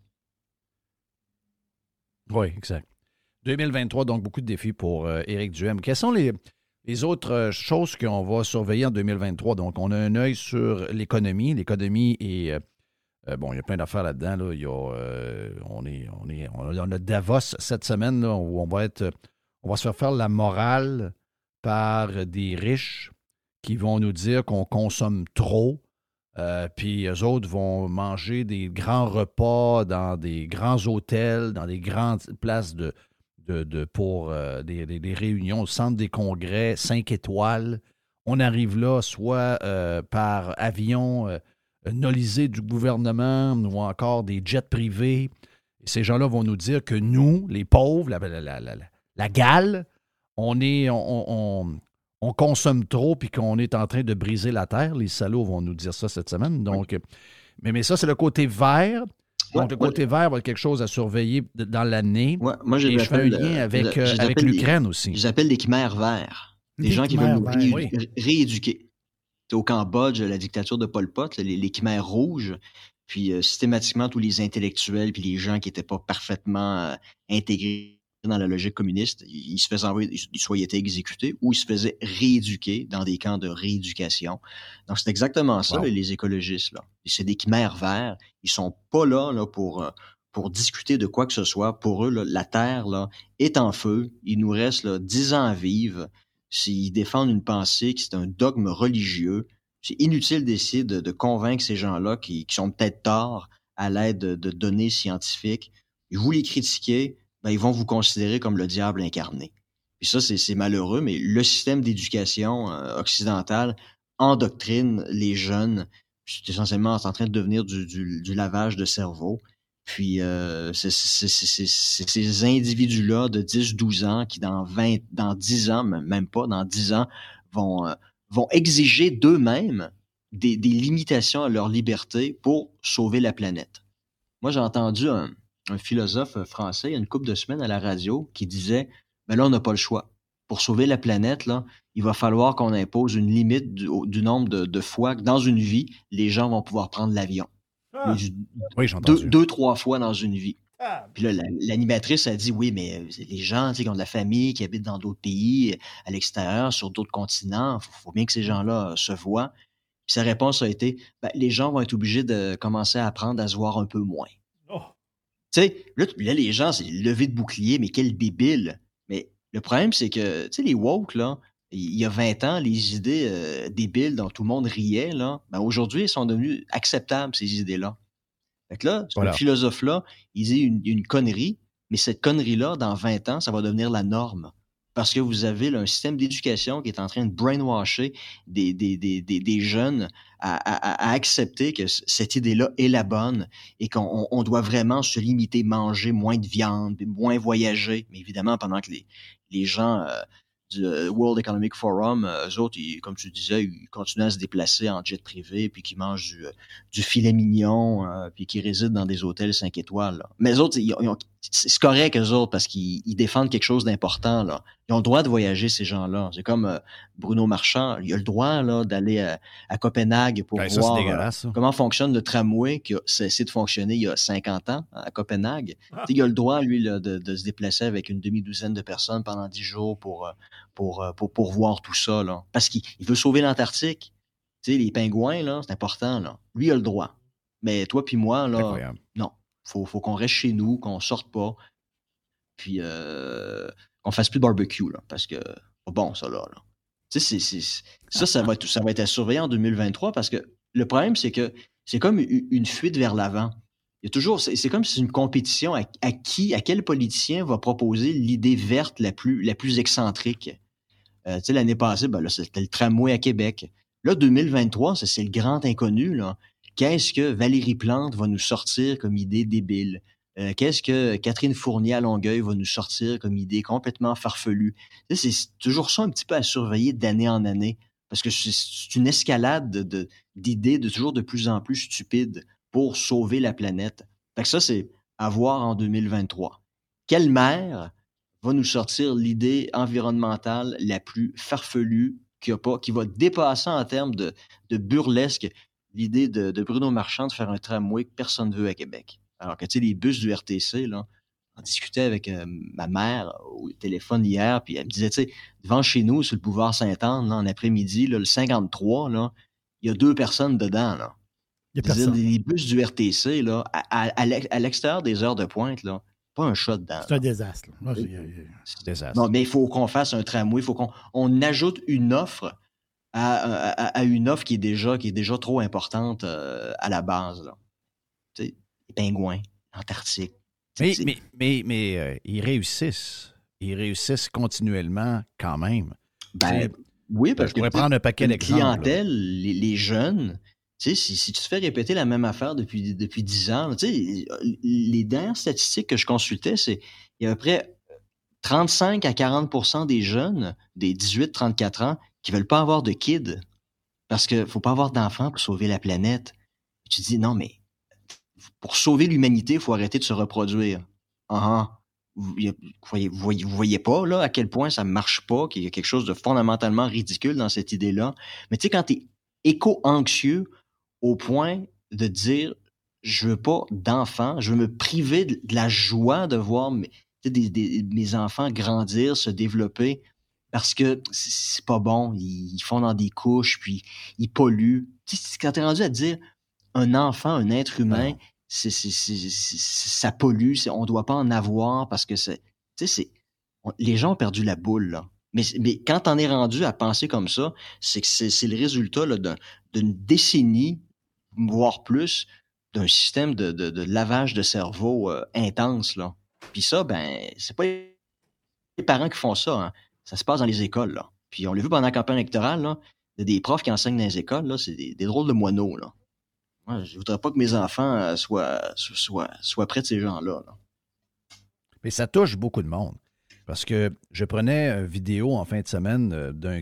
Oui, exact. 2023, donc beaucoup de défis pour Éric Duhem. Quelles sont les autres choses qu'on va surveiller en 2023? Donc, on a un œil sur l'économie. L'économie est... bon, il y a plein d'affaires là-dedans. Là. Il y a, on a Davos cette semaine là, où on va se faire la morale par des riches qui vont nous dire qu'on consomme trop. Puis eux autres vont manger des grands repas dans des grands hôtels, dans des grandes places pour des réunions au centre des congrès, 5 étoiles. On arrive là soit par avion nolisé du gouvernement ou encore des jets privés. Et ces gens-là vont nous dire que nous, les pauvres, la gale, on consomme trop puis qu'on est en train de briser la terre. Les salauds vont nous dire ça cette semaine. Donc, oui. Mais ça, c'est le côté vert. Donc, le côté vert va être quelque chose à surveiller dans l'année. Ouais, moi, je fais un lien avec l'Ukraine aussi. Je les appelle les Khmers verts. Des gens qui veulent nous rééduquer. Au Cambodge, la dictature de Pol Pot, les Khmers rouges, puis systématiquement tous les intellectuels puis les gens qui n'étaient pas parfaitement intégrés dans la logique communiste, ils se faisaient envoyer, soit ils étaient exécutés ou ils se faisaient rééduquer dans des camps de rééducation. Donc, c'est exactement ça, là, les écologistes. Là. C'est des Khmers verts. Ils sont pas là pour discuter de quoi que ce soit. Pour eux, là, la Terre là, est en feu. Il nous reste 10 ans à vivre. S'ils défendent une pensée que c'est un dogme religieux, c'est inutile d'essayer de convaincre ces gens-là qui sont peut-être torts à l'aide de données scientifiques. Et vous les critiquez, ils vont vous considérer comme le diable incarné. Puis ça, c'est malheureux, mais le système d'éducation occidentale endoctrine les jeunes. C'est essentiellement en train de devenir du lavage de cerveau. Puis c'est ces individus-là de 10-12 ans qui, dans 10 ans, même pas, dans 10 ans, vont exiger d'eux-mêmes des limitations à leur liberté pour sauver la planète. Moi, j'ai entendu un philosophe français, il y a une couple de semaines à la radio, qui disait « là, on n'a pas le choix. Pour sauver la planète, là, il va falloir qu'on impose une limite du nombre de fois que dans une vie, les gens vont pouvoir prendre l'avion. Oui, j'ai entendu. 2-3 fois dans une vie. Puis là, l'animatrice a dit « Oui, mais les gens qui ont de la famille, qui habitent dans d'autres pays, à l'extérieur, sur d'autres continents, il faut bien que ces gens-là se voient. » Puis sa réponse a été « Les gens vont être obligés de commencer à apprendre à se voir un peu moins. » Tu sais, là, les gens, c'est levé de bouclier, mais quel débile. Mais le problème, c'est que, tu sais, les woke, là, il y a 20 ans, les idées débiles dont tout le monde riait, là, aujourd'hui, elles sont devenues acceptables, ces idées-là. Fait que là, ce philosophe-là, il dit une connerie, mais cette connerie-là, dans 20 ans, ça va devenir la norme. Parce que vous avez là, un système d'éducation qui est en train de brainwasher des jeunes à accepter que cette idée-là est la bonne et qu'on doit vraiment se limiter, manger moins de viande, moins voyager. Mais évidemment, pendant que les gens du World Economic Forum, eux autres, comme tu disais, ils continuent à se déplacer en jet privé, puis qui mangent du filet mignon, puis qui résident dans des hôtels 5 étoiles. Là. Mais eux autres, c'est correct, eux autres, parce qu'ils défendent quelque chose d'important. Là. Ils ont le droit de voyager, ces gens-là. C'est comme Bruno Marchand, il a le droit là, d'aller à Copenhague pour voir comment fonctionne le tramway qui a cessé de fonctionner il y a 50 ans à Copenhague. Il a le droit, lui, là, de se déplacer avec une demi-douzaine de personnes pendant 10 jours pour voir tout ça. Là. Parce qu'il veut sauver l'Antarctique. Tu sais, les pingouins, là, c'est important. Là. Lui, il a le droit. Mais toi puis moi, là, non. Faut qu'on reste chez nous, qu'on sorte pas, puis qu'on fasse plus de barbecue, là, parce que bon, ça, là. Tu sais, ça va être à surveiller en 2023, parce que le problème, c'est que c'est comme une fuite vers l'avant. Il y a toujours, c'est comme si c'est une compétition à quel politicien va proposer l'idée verte la plus excentrique. Tu sais, l'année passée, là, c'était le tramway à Québec. Là, 2023, c'est le grand inconnu, là. Qu'est-ce que Valérie Plante va nous sortir comme idée débile? Qu'est-ce que Catherine Fournier à Longueuil va nous sortir comme idée complètement farfelue? C'est toujours ça un petit peu à surveiller d'année en année. Parce que c'est une escalade d'idées de toujours de plus en plus stupides pour sauver la planète. Fait que ça, c'est à voir en 2023. Quelle mère va nous sortir l'idée environnementale la plus farfelue qu'il n'y a pas, qui va dépasser en termes de burlesque l'idée de Bruno Marchand de faire un tramway que personne ne veut à Québec. Alors que, tu sais, les bus du RTC, là, on discutait avec ma mère au téléphone hier, puis elle me disait, tu sais, devant chez nous, sur le boulevard Sainte-Anne, là, en après-midi, là, le 53, là, il y a 2 personnes dedans, là. Il y a personne. Les bus du RTC, là, à l'extérieur des heures de pointe, là, pas un chat dedans. C'est un désastre. Là. C'est un désastre. Non, mais il faut qu'on fasse un tramway, il faut qu'on ajoute une offre à une offre qui est déjà trop importante à la base. Là. Tu sais, les pingouins, l'Antarctique. Mais ils réussissent. Ils réussissent continuellement quand même. Ben, oui, parce je pourrais prendre un paquet d'exemples. La clientèle, les jeunes, tu sais, si tu te fais répéter la même affaire depuis 10 ans, tu sais, les dernières statistiques que je consultais, c'est il y a à peu près 35 à 40% des jeunes, des 18-34 ans, qui veulent pas avoir de kids parce qu'il faut pas avoir d'enfants pour sauver la planète. Et tu te dis, non, mais pour sauver l'humanité, il faut arrêter de se reproduire. Vous voyez pas là, à quel point ça ne marche pas, qu'il y a quelque chose de fondamentalement ridicule dans cette idée-là. Mais tu sais, quand tu es éco-anxieux au point de dire je veux pas d'enfants, je veux me priver de la joie de voir mes enfants grandir, se développer, parce que c'est pas bon, ils font dans des couches, puis ils polluent. Tu sais, quand tu es rendu à dire un enfant, un être humain, ça pollue, on doit pas en avoir parce que les gens ont perdu la boule, là. Mais quand t'en es rendu à penser comme ça, c'est que c'est le résultat là, d'une décennie, voire plus, d'un système de lavage de cerveau intense, là. Puis ça, ben, c'est pas les parents qui font ça, hein. Ça se passe dans les écoles, là. Puis on l'a vu pendant la campagne électorale, là, il y a des profs qui enseignent dans les écoles, là, c'est des drôles de moineaux, là. Moi, je voudrais pas que mes enfants soient près de ces gens-là, là. Mais ça touche beaucoup de monde. Parce que je prenais une vidéo en fin de semaine d'un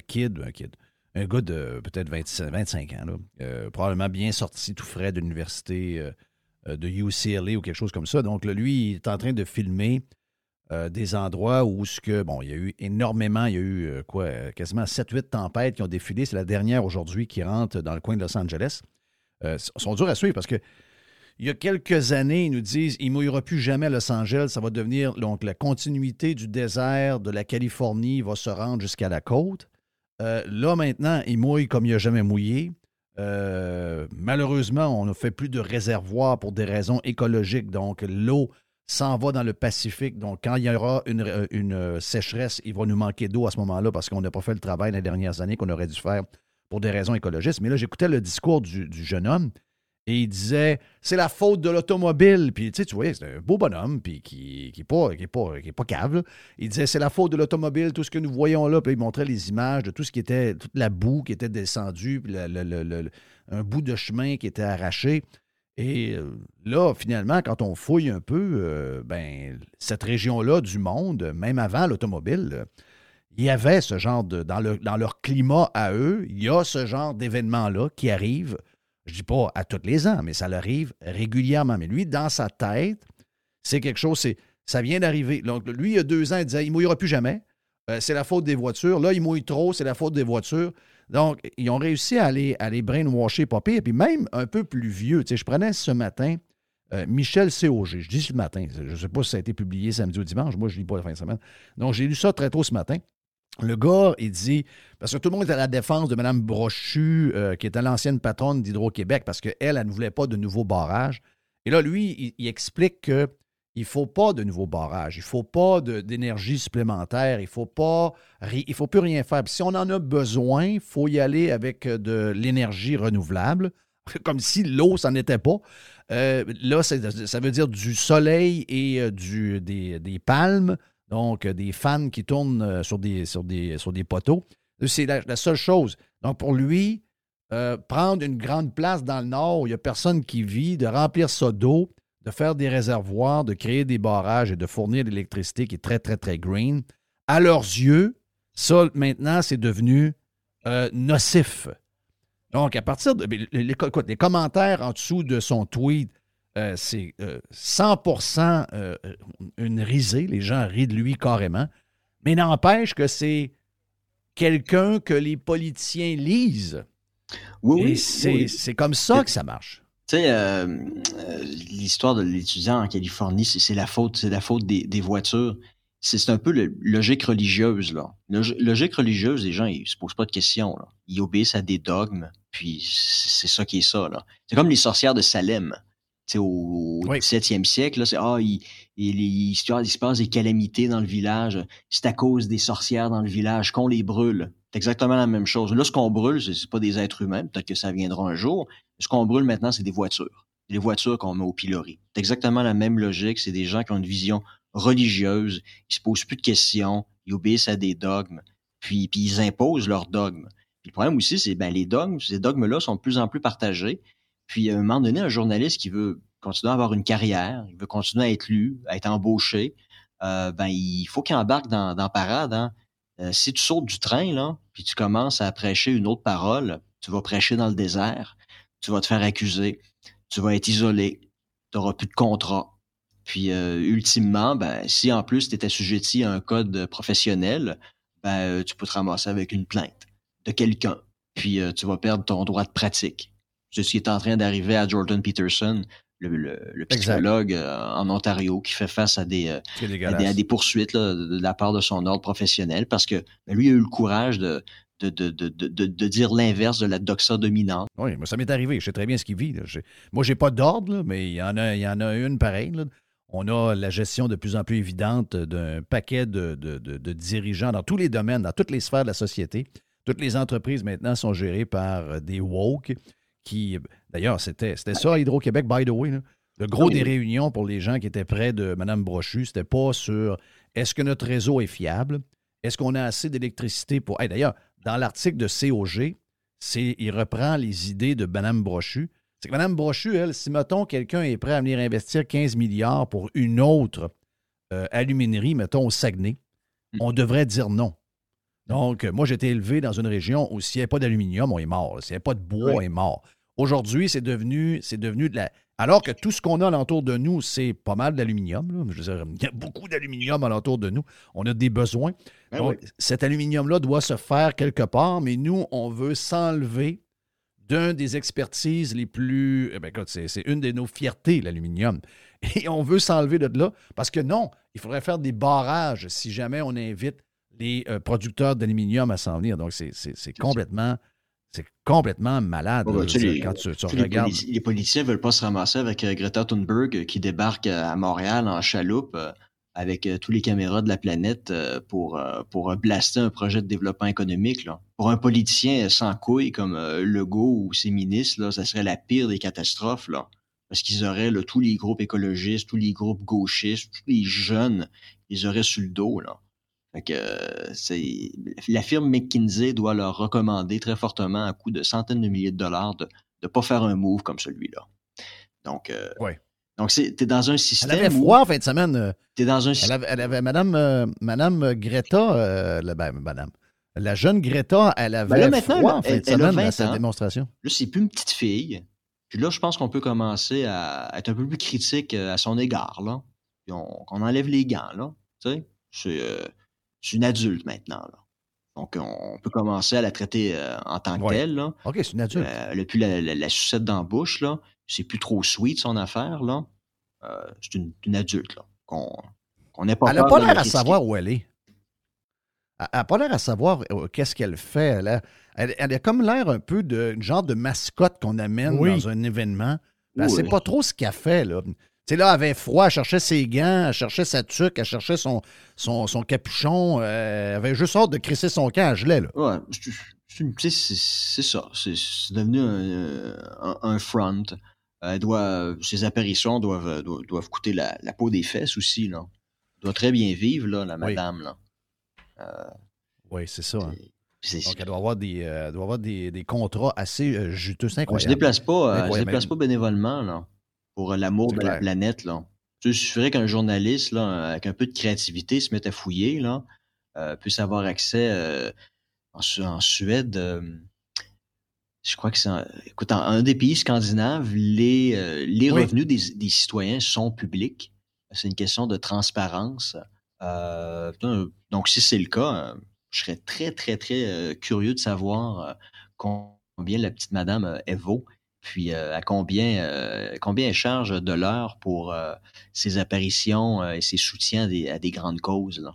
un gars de peut-être 25 ans, là, probablement bien sorti tout frais de l'université de UCLA ou quelque chose comme ça. Donc, là, lui, il est en train de filmer des endroits où il y a eu énormément, il y a eu quasiment 7-8 tempêtes qui ont défilé. C'est la dernière aujourd'hui qui rentre dans le coin de Los Angeles. Sont durs à suivre parce que il y a quelques années, ils nous disent il ne mouillera plus jamais à Los Angeles. Ça va devenir donc la continuité du désert de la Californie va se rendre jusqu'à la côte. Là, maintenant, il mouille comme il n'a jamais mouillé. Malheureusement, on ne fait plus de réservoirs pour des raisons écologiques. Donc, l'eau s'en va dans le Pacifique. Donc, quand il y aura une sécheresse, il va nous manquer d'eau à ce moment-là parce qu'on n'a pas fait le travail les dernières années qu'on aurait dû faire pour des raisons écologistes. Mais là, j'écoutais le discours du jeune homme et il disait c'est la faute de l'automobile. Puis, tu vois, c'est un beau bonhomme puis qui n'est pas cave, là. Il disait c'est la faute de l'automobile, tout ce que nous voyons là. Puis il montrait les images de tout ce qui était, toute la boue qui était descendue, puis un bout de chemin qui était arraché. Et là, finalement, quand on fouille un peu, cette région-là du monde, même avant l'automobile, il y avait ce genre dans leur climat à eux, il y a ce genre d'événements-là qui arrivent, je ne dis pas à tous les ans, mais ça leur arrive régulièrement. Mais lui, dans sa tête, c'est quelque chose, ça vient d'arriver. Donc, lui, il y a 2 ans, il disait, il ne mouillera plus jamais. C'est la faute des voitures. Là, il mouille trop, c'est la faute des voitures. Donc, ils ont réussi à les brainwasher pas pire. Puis même un peu plus vieux. Tu sais, je prenais ce matin Michel COG. Je dis ce matin. Je ne sais pas si ça a été publié samedi ou dimanche. Moi, je ne lis pas la fin de semaine. Donc, j'ai lu ça très tôt ce matin. Le gars, il dit, parce que tout le monde est à la défense de Mme Brochu, qui était l'ancienne patronne d'Hydro-Québec, parce qu'elle ne voulait pas de nouveaux barrages. Et là, lui, il explique qu'il ne faut pas de nouveaux barrages, il ne faut pas d'énergie supplémentaire, il ne faut plus rien faire. Puis si on en a besoin, il faut y aller avec de l'énergie renouvelable, comme si l'eau, ça n'était pas. Là, ça veut dire du soleil et des palmes, donc des fans qui tournent sur des poteaux. C'est la seule chose. Donc pour lui, prendre une grande place dans le nord où il n'y a personne qui vit, de remplir ça d'eau, de faire des réservoirs, de créer des barrages et de fournir de l'électricité qui est très, très, très green, à leurs yeux, ça, maintenant, c'est devenu nocif. Donc, à partir de... Écoute, les commentaires en dessous de son tweet, c'est 100% une risée. Les gens rient de lui carrément. Mais n'empêche que c'est quelqu'un que les politiciens lisent. Oui, et c'est comme ça que ça marche. Tu sais, l'histoire de l'étudiant en Californie, c'est la faute des voitures. C'est un peu logique religieuse, là. Logique religieuse, les gens, ils se posent pas de questions, là. Ils obéissent à des dogmes, puis c'est ça qui est ça, là. C'est comme les sorcières de Salem. Tu sais, au 17e siècle, là, il se passe des calamités dans le village. C'est à cause des sorcières dans le village qu'on les brûle. C'est exactement la même chose. Là, ce qu'on brûle, c'est pas des êtres humains. Peut-être que ça viendra un jour. Ce qu'on brûle maintenant, c'est des voitures. Les voitures qu'on met au pilori. C'est exactement la même logique. C'est des gens qui ont une vision religieuse. Ils se posent plus de questions. Ils obéissent à des dogmes. Puis ils imposent leurs dogmes. Puis le problème aussi, c'est les dogmes. Ces dogmes-là sont de plus en plus partagés. Puis à un moment donné, un journaliste qui veut continuer à avoir une carrière, il veut continuer à être lu, à être embauché, il faut qu'il embarque dans la parade. Hein. Si tu sautes du train, là, puis tu commences à prêcher une autre parole, tu vas prêcher dans le désert, tu vas te faire accuser, tu vas être isolé, tu n'auras plus de contrat. Puis ultimement, si en plus tu es assujetti à un code professionnel, tu peux te ramasser avec une plainte de quelqu'un. Puis tu vas perdre ton droit de pratique. C'est ce qui est en train d'arriver à Jordan Peterson, le psychologue en Ontario, qui fait face à des poursuites là, de la part de son ordre professionnel, parce que lui a eu le courage de dire l'inverse de la doxa dominante. Oui, moi, ça m'est arrivé. Je sais très bien ce qu'il vit. Là. Moi, j'ai pas d'ordre, là, mais il y en a une pareille. Là. On a la gestion de plus en plus évidente d'un paquet de dirigeants dans tous les domaines, dans toutes les sphères de la société. Toutes les entreprises, maintenant, sont gérées par des woke qui, d'ailleurs, c'était ça à Hydro-Québec, by the way. Là. Le gros des réunions pour les gens qui étaient près de Mme Brochu, c'était pas sur est-ce que notre réseau est fiable? Est-ce qu'on a assez d'électricité pour... Hey, d'ailleurs, dans l'article de COG, il reprend les idées de Mme Brochu. C'est que Mme Brochu, elle, si, mettons, quelqu'un est prêt à venir investir 15 milliards pour une autre aluminerie, mettons, au Saguenay, on devrait dire non. Donc, moi, j'ai été élevé dans une région où s'il n'y a pas d'aluminium, on est mort. S'il n'y a pas de bois, on est mort. Aujourd'hui, c'est devenu de la... Alors que tout ce qu'on a alentour de nous, c'est pas mal d'aluminium. Là. Je veux dire, il y a beaucoup d'aluminium alentour de nous. On a des besoins. Donc, cet aluminium-là doit se faire quelque part, mais nous, on veut s'enlever d'une des expertises les plus... écoute, c'est une de nos fiertés, l'aluminium. Et on veut s'enlever de là parce que non, il faudrait faire des barrages si jamais on invite les producteurs d'aluminium à s'en venir. Donc, c'est complètement malade quand tu regardes. Les politiciens ne veulent pas se ramasser avec Greta Thunberg qui débarque à Montréal en chaloupe avec tous les caméras de la planète pour blaster un projet de développement économique. Là. Pour un politicien sans couilles comme Legault ou ses ministres, là, ça serait la pire des catastrophes. Là, parce qu'ils auraient tous les groupes écologistes, tous les groupes gauchistes, tous les jeunes, ils auraient sur le dos. Là. Fait que la firme McKinsey doit leur recommander très fortement à coût de centaines de milliers de dollars de ne pas faire un move comme celui-là. Donc, t'es dans un système. Elle avait froid en fin de semaine. T'es dans un système. Elle avait Madame Greta, la jeune Greta, elle avait froid en fin de semaine à sa démonstration. Là, c'est plus une petite fille. Puis là, je pense qu'on peut commencer à être un peu plus critique à son égard. Là. Puis qu'on enlève les gants. Là. Tu sais, c'est une adulte maintenant. Là. Donc, on peut commencer à la traiter en tant que telle. Là. OK, c'est une adulte. Elle n'a plus la sucette dans la bouche. Là. C'est plus trop sweet, son affaire. Là. C'est une adulte. Là. Qu'on n'est pas. Elle n'a pas l'air à savoir où elle est. Elle n'a pas l'air à savoir qu'est-ce qu'elle fait. Elle a comme l'air un peu de genre de mascotte qu'on amène dans un événement. Elle ne sait pas trop ce qu'elle fait. Là. Tu sais, là, elle avait froid, elle cherchait ses gants, elle cherchait sa tuque, elle cherchait son capuchon. Elle avait juste hâte de crisser son camp à gelée. Là. Ouais, c'est ça. C'est devenu un front. Ses apparitions doivent coûter la peau des fesses aussi. Là. Elle doit très bien vivre, là, la madame. Là. Oui, c'est ça. Hein. Donc, elle doit avoir des contrats assez juteux. C'est incroyable. Elle ne se déplace pas bénévolement, là. Pour l'amour de la planète, là. Il suffirait qu'un journaliste, là, avec un peu de créativité, se mette à fouiller, là, puisse avoir accès en Suède, je crois que c'est un des pays scandinaves, les revenus des citoyens sont publics. C'est une question de transparence. Donc, si c'est le cas, je serais très, très, très curieux de savoir combien la petite madame elle vaut, puis à combien elle charge de l'heure pour ses apparitions et ses soutiens à des grandes causes. Là.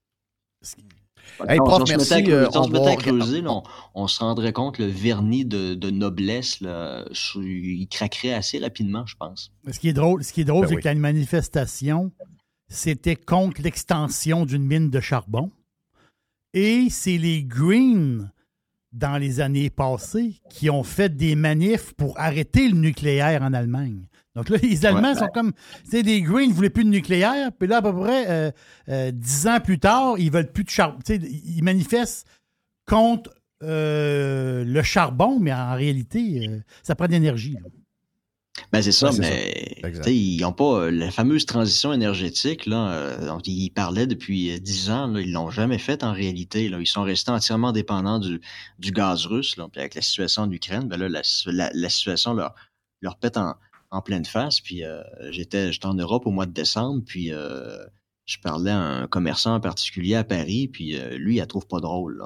Hey, prof, on merci. se mettait à creuser, là, on se rendrait compte, le vernis de noblesse, là, il craquerait assez rapidement, je pense. Ce qui est drôle, c'est que la manifestation, c'était contre l'extension d'une mine de charbon. Et c'est les Greens, dans les années passées, qui ont fait des manifs pour arrêter le nucléaire en Allemagne. Donc là, les Allemands sont comme... C'est les Greens ne voulaient plus de nucléaire, puis là, à peu près 10 ans plus tard, ils veulent plus de charbon. Ils manifestent contre le charbon, mais en réalité, ça prend de l'énergie. Là. Ben c'est ça, mais ils n'ont pas la fameuse transition énergétique. Là, donc ils parlaient depuis 10 ans, là, ils l'ont jamais faite en réalité. Là. Ils sont restés entièrement dépendants du gaz russe. Là, puis avec la situation en Ukraine, ben là, la situation leur pète en pleine face. Puis j'étais en Europe au mois de décembre, puis je parlais à un commerçant en particulier à Paris, puis lui, il la trouve pas drôle.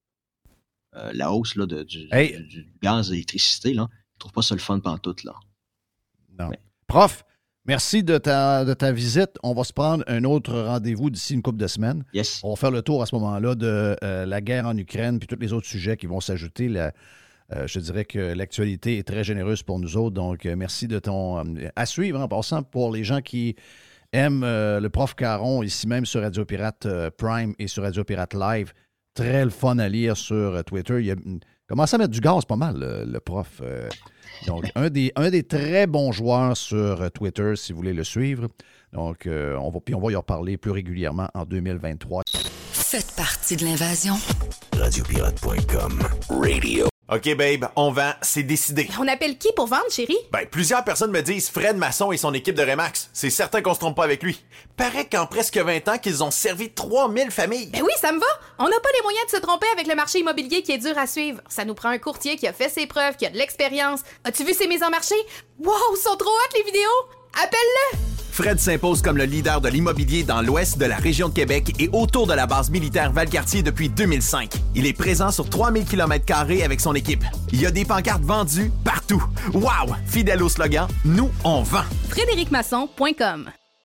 Là. La hausse là, du gaz et l'électricité, là, il trouve pas ça le fun pantoute, là. Non. Ouais. Prof, merci de ta visite. On va se prendre un autre rendez-vous d'ici une couple de semaines. Yes. On va faire le tour à ce moment-là de la guerre en Ukraine puis tous les autres sujets qui vont s'ajouter. Je dirais que l'actualité est très généreuse pour nous autres. Donc, merci de ton... à suivre en passant pour les gens qui aiment le prof Caron ici même sur Radio Pirate Prime et sur Radio Pirate Live. Très le fun à lire sur Twitter. Il a commencé à mettre du gaz pas mal, le prof. Donc, un des très bons joueurs sur Twitter, si vous voulez le suivre. Donc, on va y en reparler plus régulièrement en 2023. Faites partie de l'invasion. Radiopirate.com. Radio. OK, babe, on vend, c'est décidé. On appelle qui pour vendre, chérie? Ben, plusieurs personnes me disent Fred Masson et son équipe de Remax. C'est certain qu'on se trompe pas avec lui. Paraît qu'en presque 20 ans, qu'ils ont servi 3000 familles. Ben oui, ça me va. On n'a pas les moyens de se tromper avec le marché immobilier qui est dur à suivre. Ça nous prend un courtier qui a fait ses preuves, qui a de l'expérience. As-tu vu ses mises en marché? Wow, sont trop hot les vidéos! Appelle-le! Fred s'impose comme le leader de l'immobilier dans l'ouest de la région de Québec et autour de la base militaire Valcartier depuis 2005. Il est présent sur 3000 km² avec son équipe. Il y a des pancartes vendues partout. Wow! Fidèle au slogan, nous, on vend. FrédéricMasson.com